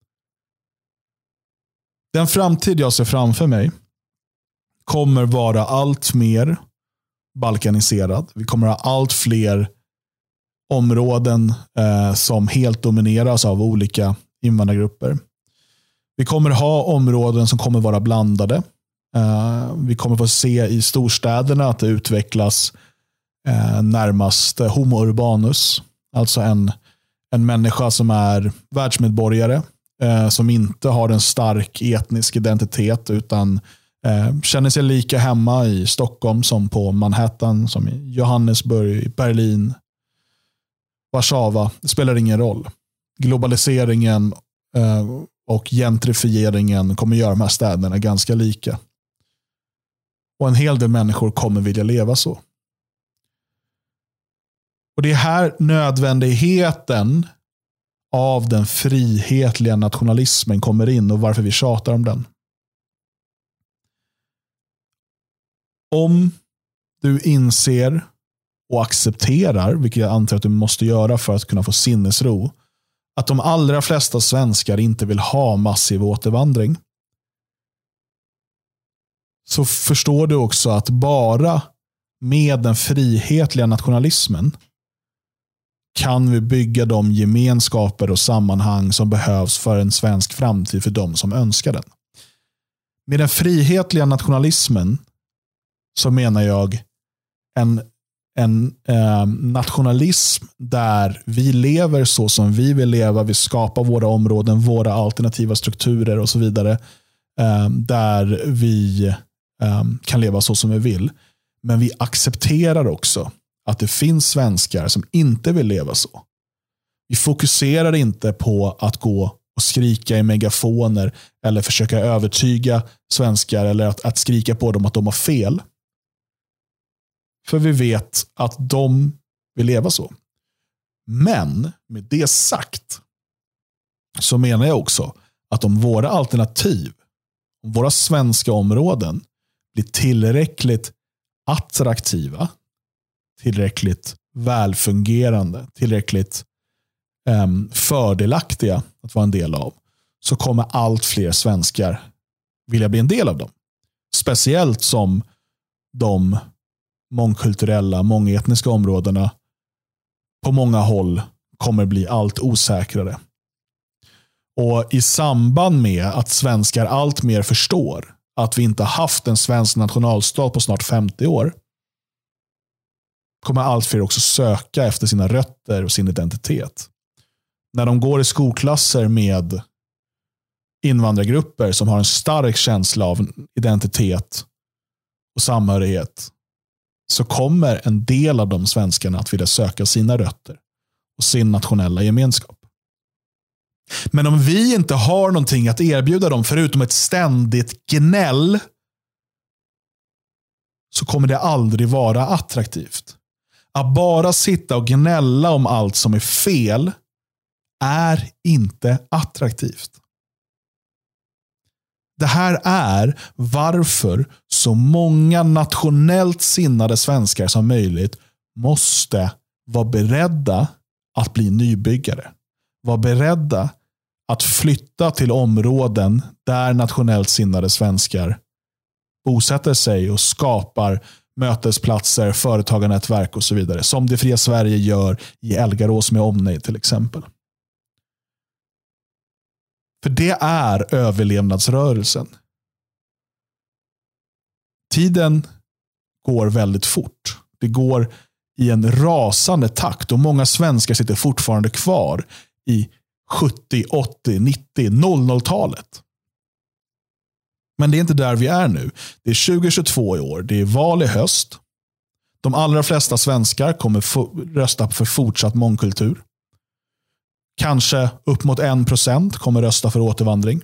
Den framtid jag ser framför mig kommer vara allt mer balkaniserad. Vi kommer ha allt fler områden eh, som helt domineras av olika invandrargrupper. Vi kommer ha områden som kommer vara blandade. Uh, vi kommer få se i storstäderna att det utvecklas uh, närmast homo urbanus. Alltså en, en människa som är världsmedborgare, uh, som inte har en stark etnisk identitet utan uh, känner sig lika hemma i Stockholm som på Manhattan, som i Johannesburg, Berlin, Warszawa. Det spelar ingen roll. Globaliseringen uh, och gentrifieringen kommer göra de här städerna ganska lika. Och en hel del människor kommer vilja leva så. Och det är här nödvändigheten av den frihetliga nationalismen kommer in och varför vi tjatar om den. Om du inser och accepterar, vilket jag antar att du måste göra för att kunna få sinnesro, att de allra flesta svenskar inte vill ha massiv återvandring, så förstår du också att bara med den frihetliga nationalismen kan vi bygga de gemenskaper och sammanhang som behövs för en svensk framtid för de som önskar den. Med den frihetliga nationalismen så menar jag en, en eh, nationalism där vi lever så som vi vill leva. Vi skapar våra områden, våra alternativa strukturer och så vidare. Eh, där vi eh, kan leva så som vi vill. Men vi accepterar också att det finns svenskar som inte vill leva så. Vi fokuserar inte på att gå och skrika i megafoner eller försöka övertyga svenskar eller att, att skrika på dem att de har fel. För vi vet att de vill leva så. Men med det sagt så menar jag också att om våra alternativ, om våra svenska områden blir tillräckligt attraktiva, tillräckligt välfungerande, tillräckligt um, fördelaktiga att vara en del av, så kommer allt fler svenskar vilja bli en del av dem. Speciellt som de mångkulturella, mångetniska områdena på många håll kommer bli allt osäkrare. Och i samband med att svenskar allt mer förstår att vi inte har haft en svensk nationalstat på snart femtio år, kommer allt fler också söka efter sina rötter och sin identitet. När de går i skolklasser med invandrargrupper som har en stark känsla av identitet och samhörighet, så kommer en del av de svenskarna att vilja söka sina rötter och sin nationella gemenskap. Men om vi inte har någonting att erbjuda dem förutom ett ständigt gnäll, så kommer det aldrig vara attraktivt. Att bara sitta och gnälla om allt som är fel är inte attraktivt. Det här är varför så många nationellt sinnade svenskar som möjligt måste vara beredda att bli nybyggare. Vara beredda att flytta till områden där nationellt sinnade svenskar bosätter sig och skapar mötesplatser, företagarnätverk och så vidare. Som Det fria Sverige gör i Elgarås med omnejd till exempel. För det är överlevnadsrörelsen. Tiden går väldigt fort. Det går i en rasande takt och många svenskar sitter fortfarande kvar i sjuttio, åttio, nittio, noll noll-talet. Men det är inte där vi är nu. Det är tjugo tjugotvå i år. Det är val i höst. De allra flesta svenskar kommer få rösta för fortsatt mångkultur. Kanske upp mot en procent kommer rösta för återvandring.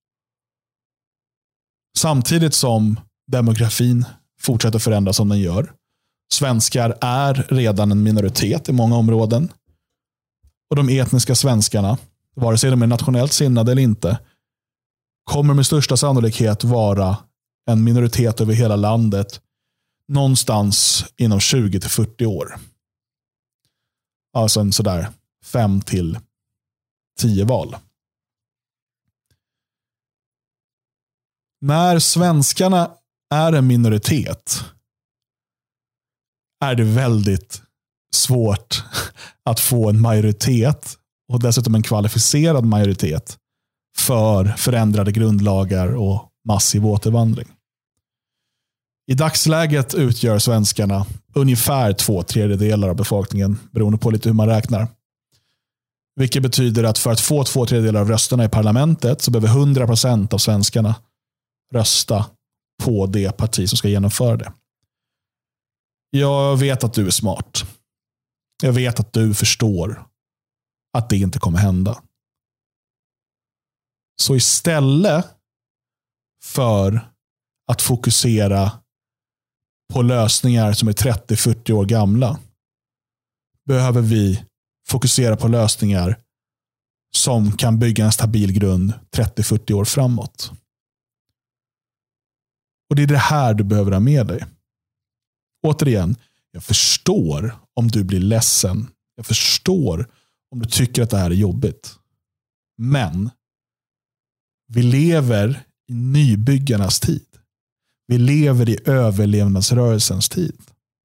Samtidigt som demografin fortsätter förändras som den gör. Svenskar är redan en minoritet i många områden. Och de etniska svenskarna, vare sig de är nationellt sinnade eller inte, kommer med största sannolikhet vara en minoritet över hela landet någonstans inom tjugo till fyrtio år. Alltså en sådär fem till tio val. När svenskarna är en minoritet är det väldigt svårt att få en majoritet och dessutom en kvalificerad majoritet för förändrade grundlagar och massiv återvandring. I dagsläget utgör svenskarna ungefär två tredjedelar av befolkningen, beroende på lite hur man räknar. Vilket betyder att för att få två tredjedelar av rösterna i parlamentet så behöver hundra procent av svenskarna rösta på det parti som ska genomföra det. Jag vet att du är smart. Jag vet att du förstår att det inte kommer hända. Så istället för att fokusera på lösningar som är trettio till fyrtio år gamla, behöver vi fokusera på lösningar som kan bygga en stabil grund trettio till fyrtio år framåt. Och det är det här du behöver ha med dig. Återigen, jag förstår om du blir ledsen. Jag förstår om du tycker att det här är jobbigt. Men vi lever i nybyggarnas tid. Vi lever i överlevnadsrörelsens tid.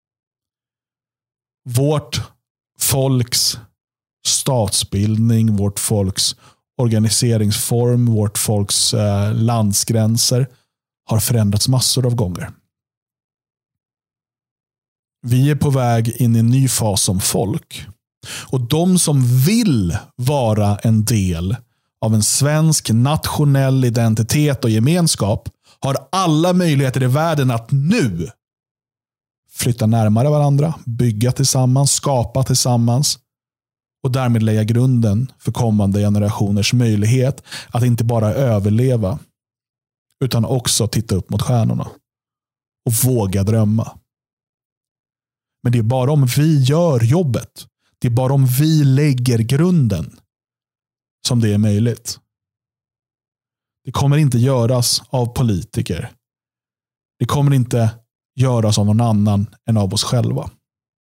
Vårt folks statsbildning, vårt folks organiseringsform, vårt folks eh, landsgränser har förändrats massor av gånger. Vi är på väg in i en ny fas som folk. Och de som vill vara en del av en svensk nationell identitet och gemenskap har alla möjligheter i världen att nu flytta närmare varandra, bygga tillsammans, skapa tillsammans och därmed lägga grunden för kommande generationers möjlighet att inte bara överleva utan också titta upp mot stjärnorna och våga drömma. Men det är bara om vi gör jobbet, det är bara om vi lägger grunden som det är möjligt. Det kommer inte göras av politiker. Det kommer inte göras av någon annan än av oss själva.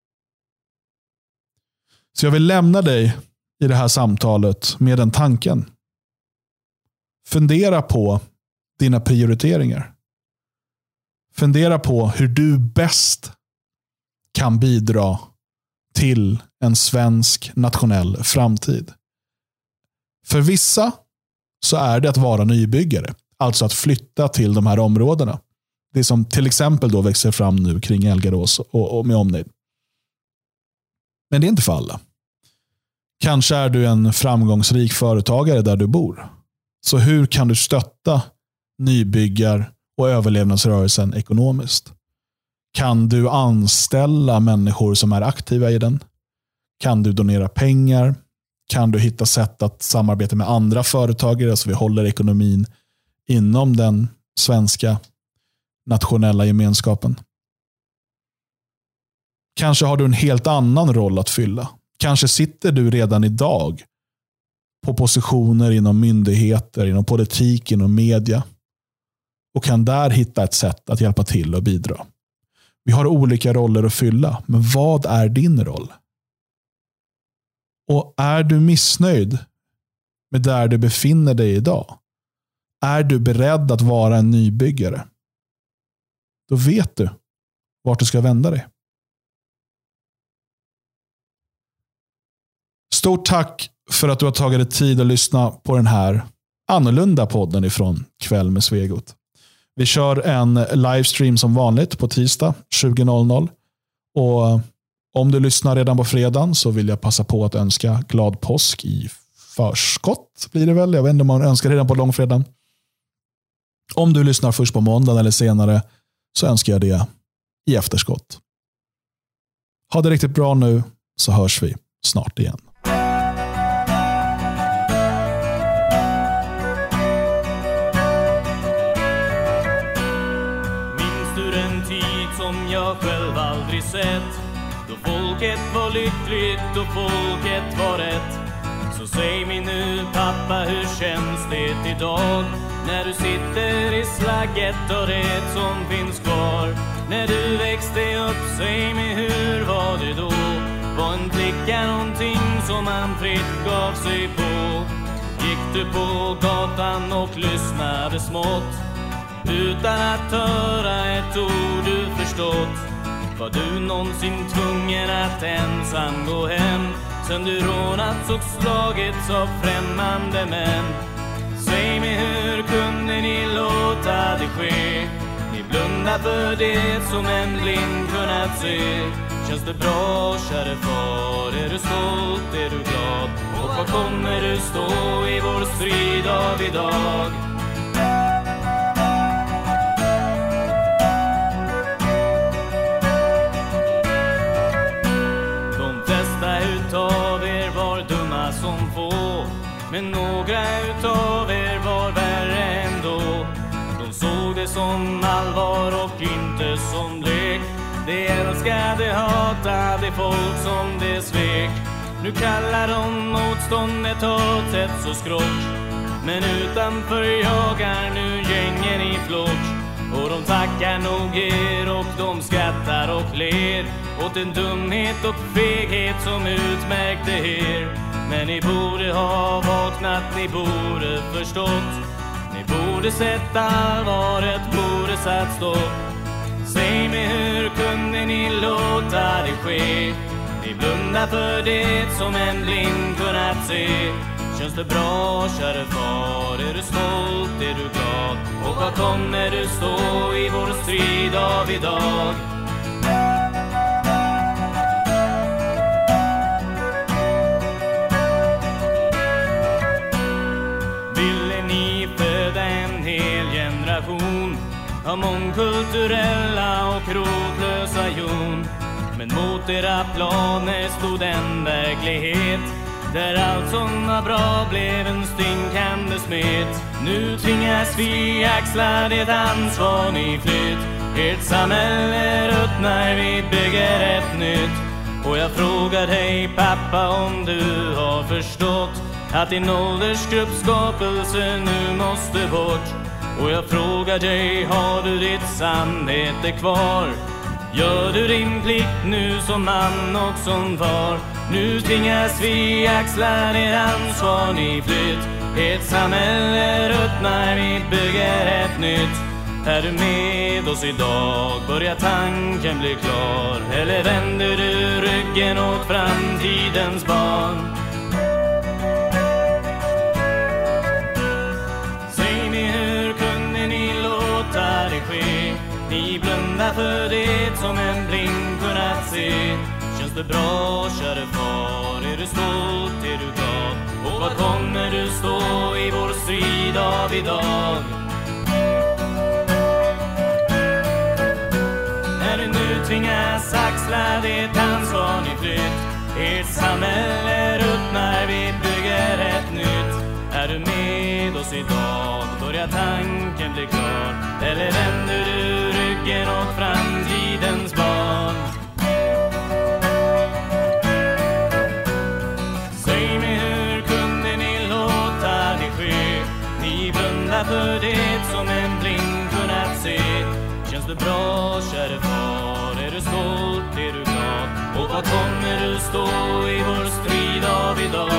Så jag vill lämna dig i det här samtalet med den tanken. Fundera på dina prioriteringar. Fundera på hur du bäst kan bidra till en svensk nationell framtid. För vissa så är det att vara nybyggare. Alltså att flytta till de här områdena. Det som till exempel då växer fram nu kring Elgarås och, och med omnejd. Men det är inte för alla. Kanske är du en framgångsrik företagare där du bor. Så hur kan du stötta nybyggar och överlevnadsrörelsen ekonomiskt? Kan du anställa människor som är aktiva i den? Kan du donera pengar? Kan du hitta sätt att samarbeta med andra företagare så vi håller ekonomin inom den svenska nationella gemenskapen? Kanske har du en helt annan roll att fylla. Kanske sitter du redan idag på positioner inom myndigheter, inom politik, inom media och kan där hitta ett sätt att hjälpa till och bidra. Vi har olika roller att fylla, men vad är din roll? Och är du missnöjd med där du befinner dig idag? Är du beredd att vara en nybyggare? Då vet du vart du ska vända dig. Stort tack för att du har tagit dig tid att lyssna på den här annorlunda podden ifrån Kväll med Svegot. Vi kör en livestream som vanligt på tisdag tjugo noll noll. Och om du lyssnar redan på fredagen så vill jag passa på att önska glad påsk i förskott. Blir det väl? Jag vet inte om man önskar redan på långfredagen. Om du lyssnar först på måndagen eller senare så önskar jag det i efterskott. Ha det riktigt bra nu så hörs vi snart igen. Minns du den tid som jag själv aldrig sett? Då folket var lyckligt och folket var rätt. Så säg mig nu pappa, hur känns det idag? När du sitter i slagget och det som finns kvar. När du växte upp, säg mig hur var det då? Var en flicka någonting som man fritt gav sig på? Gick du på gatan och lyssnade smått utan att höra ett ord du förstått? Var du någonsin tvungen att ensam gå hem sen du rånats och slagits av främmande män? Säg mig, hur kunde ni låta det ske? Ni blundar för det som en blind kunnat se. Känns det bra, käre far? Är du stolt, är du glad? Och vad kommer du stå i vår strid av idag? De flesta utav er var dumma som få, men några utav er var värre ändå. De såg det som allvar och inte som lek. De älskade, hatade folk som det svek. Nu kallar de motståndet hat, hets och skrock, men utanför jagar nu gängen i flock. Och de tackar nog er och de skrattar och ler åt en dumhet och feghet som utmärkte er. Men ni borde ha vaknat, ni borde förstått. Ni borde sett allvaret, borde satt stopp. Säg mig, hur kunde ni låta det ske? Ni blundar för det som en blind kunnat se. Känns det bra, käre far? Är du stolt, är du glad? Och vad kommer du stå i vår strid av idag? av mångkulturella och rotlösa jon. Men mot era planer stod en verklighet där allt som var bra blev en stinkande smet. Nu tvingas vi axla det ansvar ni flytt. Ert samhälle ruttnar, vi bygger ett nytt. Och jag frågar dig pappa om du har förstått att din åldersgrupps skapelse nu måste bort. Och jag frågar dig, har du ditt samvete kvar? Gör du din plikt nu som man och som far? Nu tvingas vi axla det ansvar ni flytt. Ett samhälle ruttnar, vi bygger ett nytt. Är du med oss idag? Börjar tanken bli klar? Eller vänder du ryggen åt framtidens barn? Säg mig, hur kunde ni låta det ske? Ni blundar för det som en blind kunnat se. Känns det bra, käre far? Är du stolt, är du glad? Och vad kommer du stå i vår strid av idag? När du nu tvingas axla det ansvar ni flytt. Ert samhälle ruttnar, vi bygger ett nytt. Är du med oss idag? Börjar tanken bli klar? Eller vänder du ryggen åt framtidens barn? Säg mig, hur kunde ni låta det ske? Ni blundar för det som en blind kunnat se. Känns det bra, käre far? Är du stolt, är du glad? Och vad kommer du stå i vår strid av idag?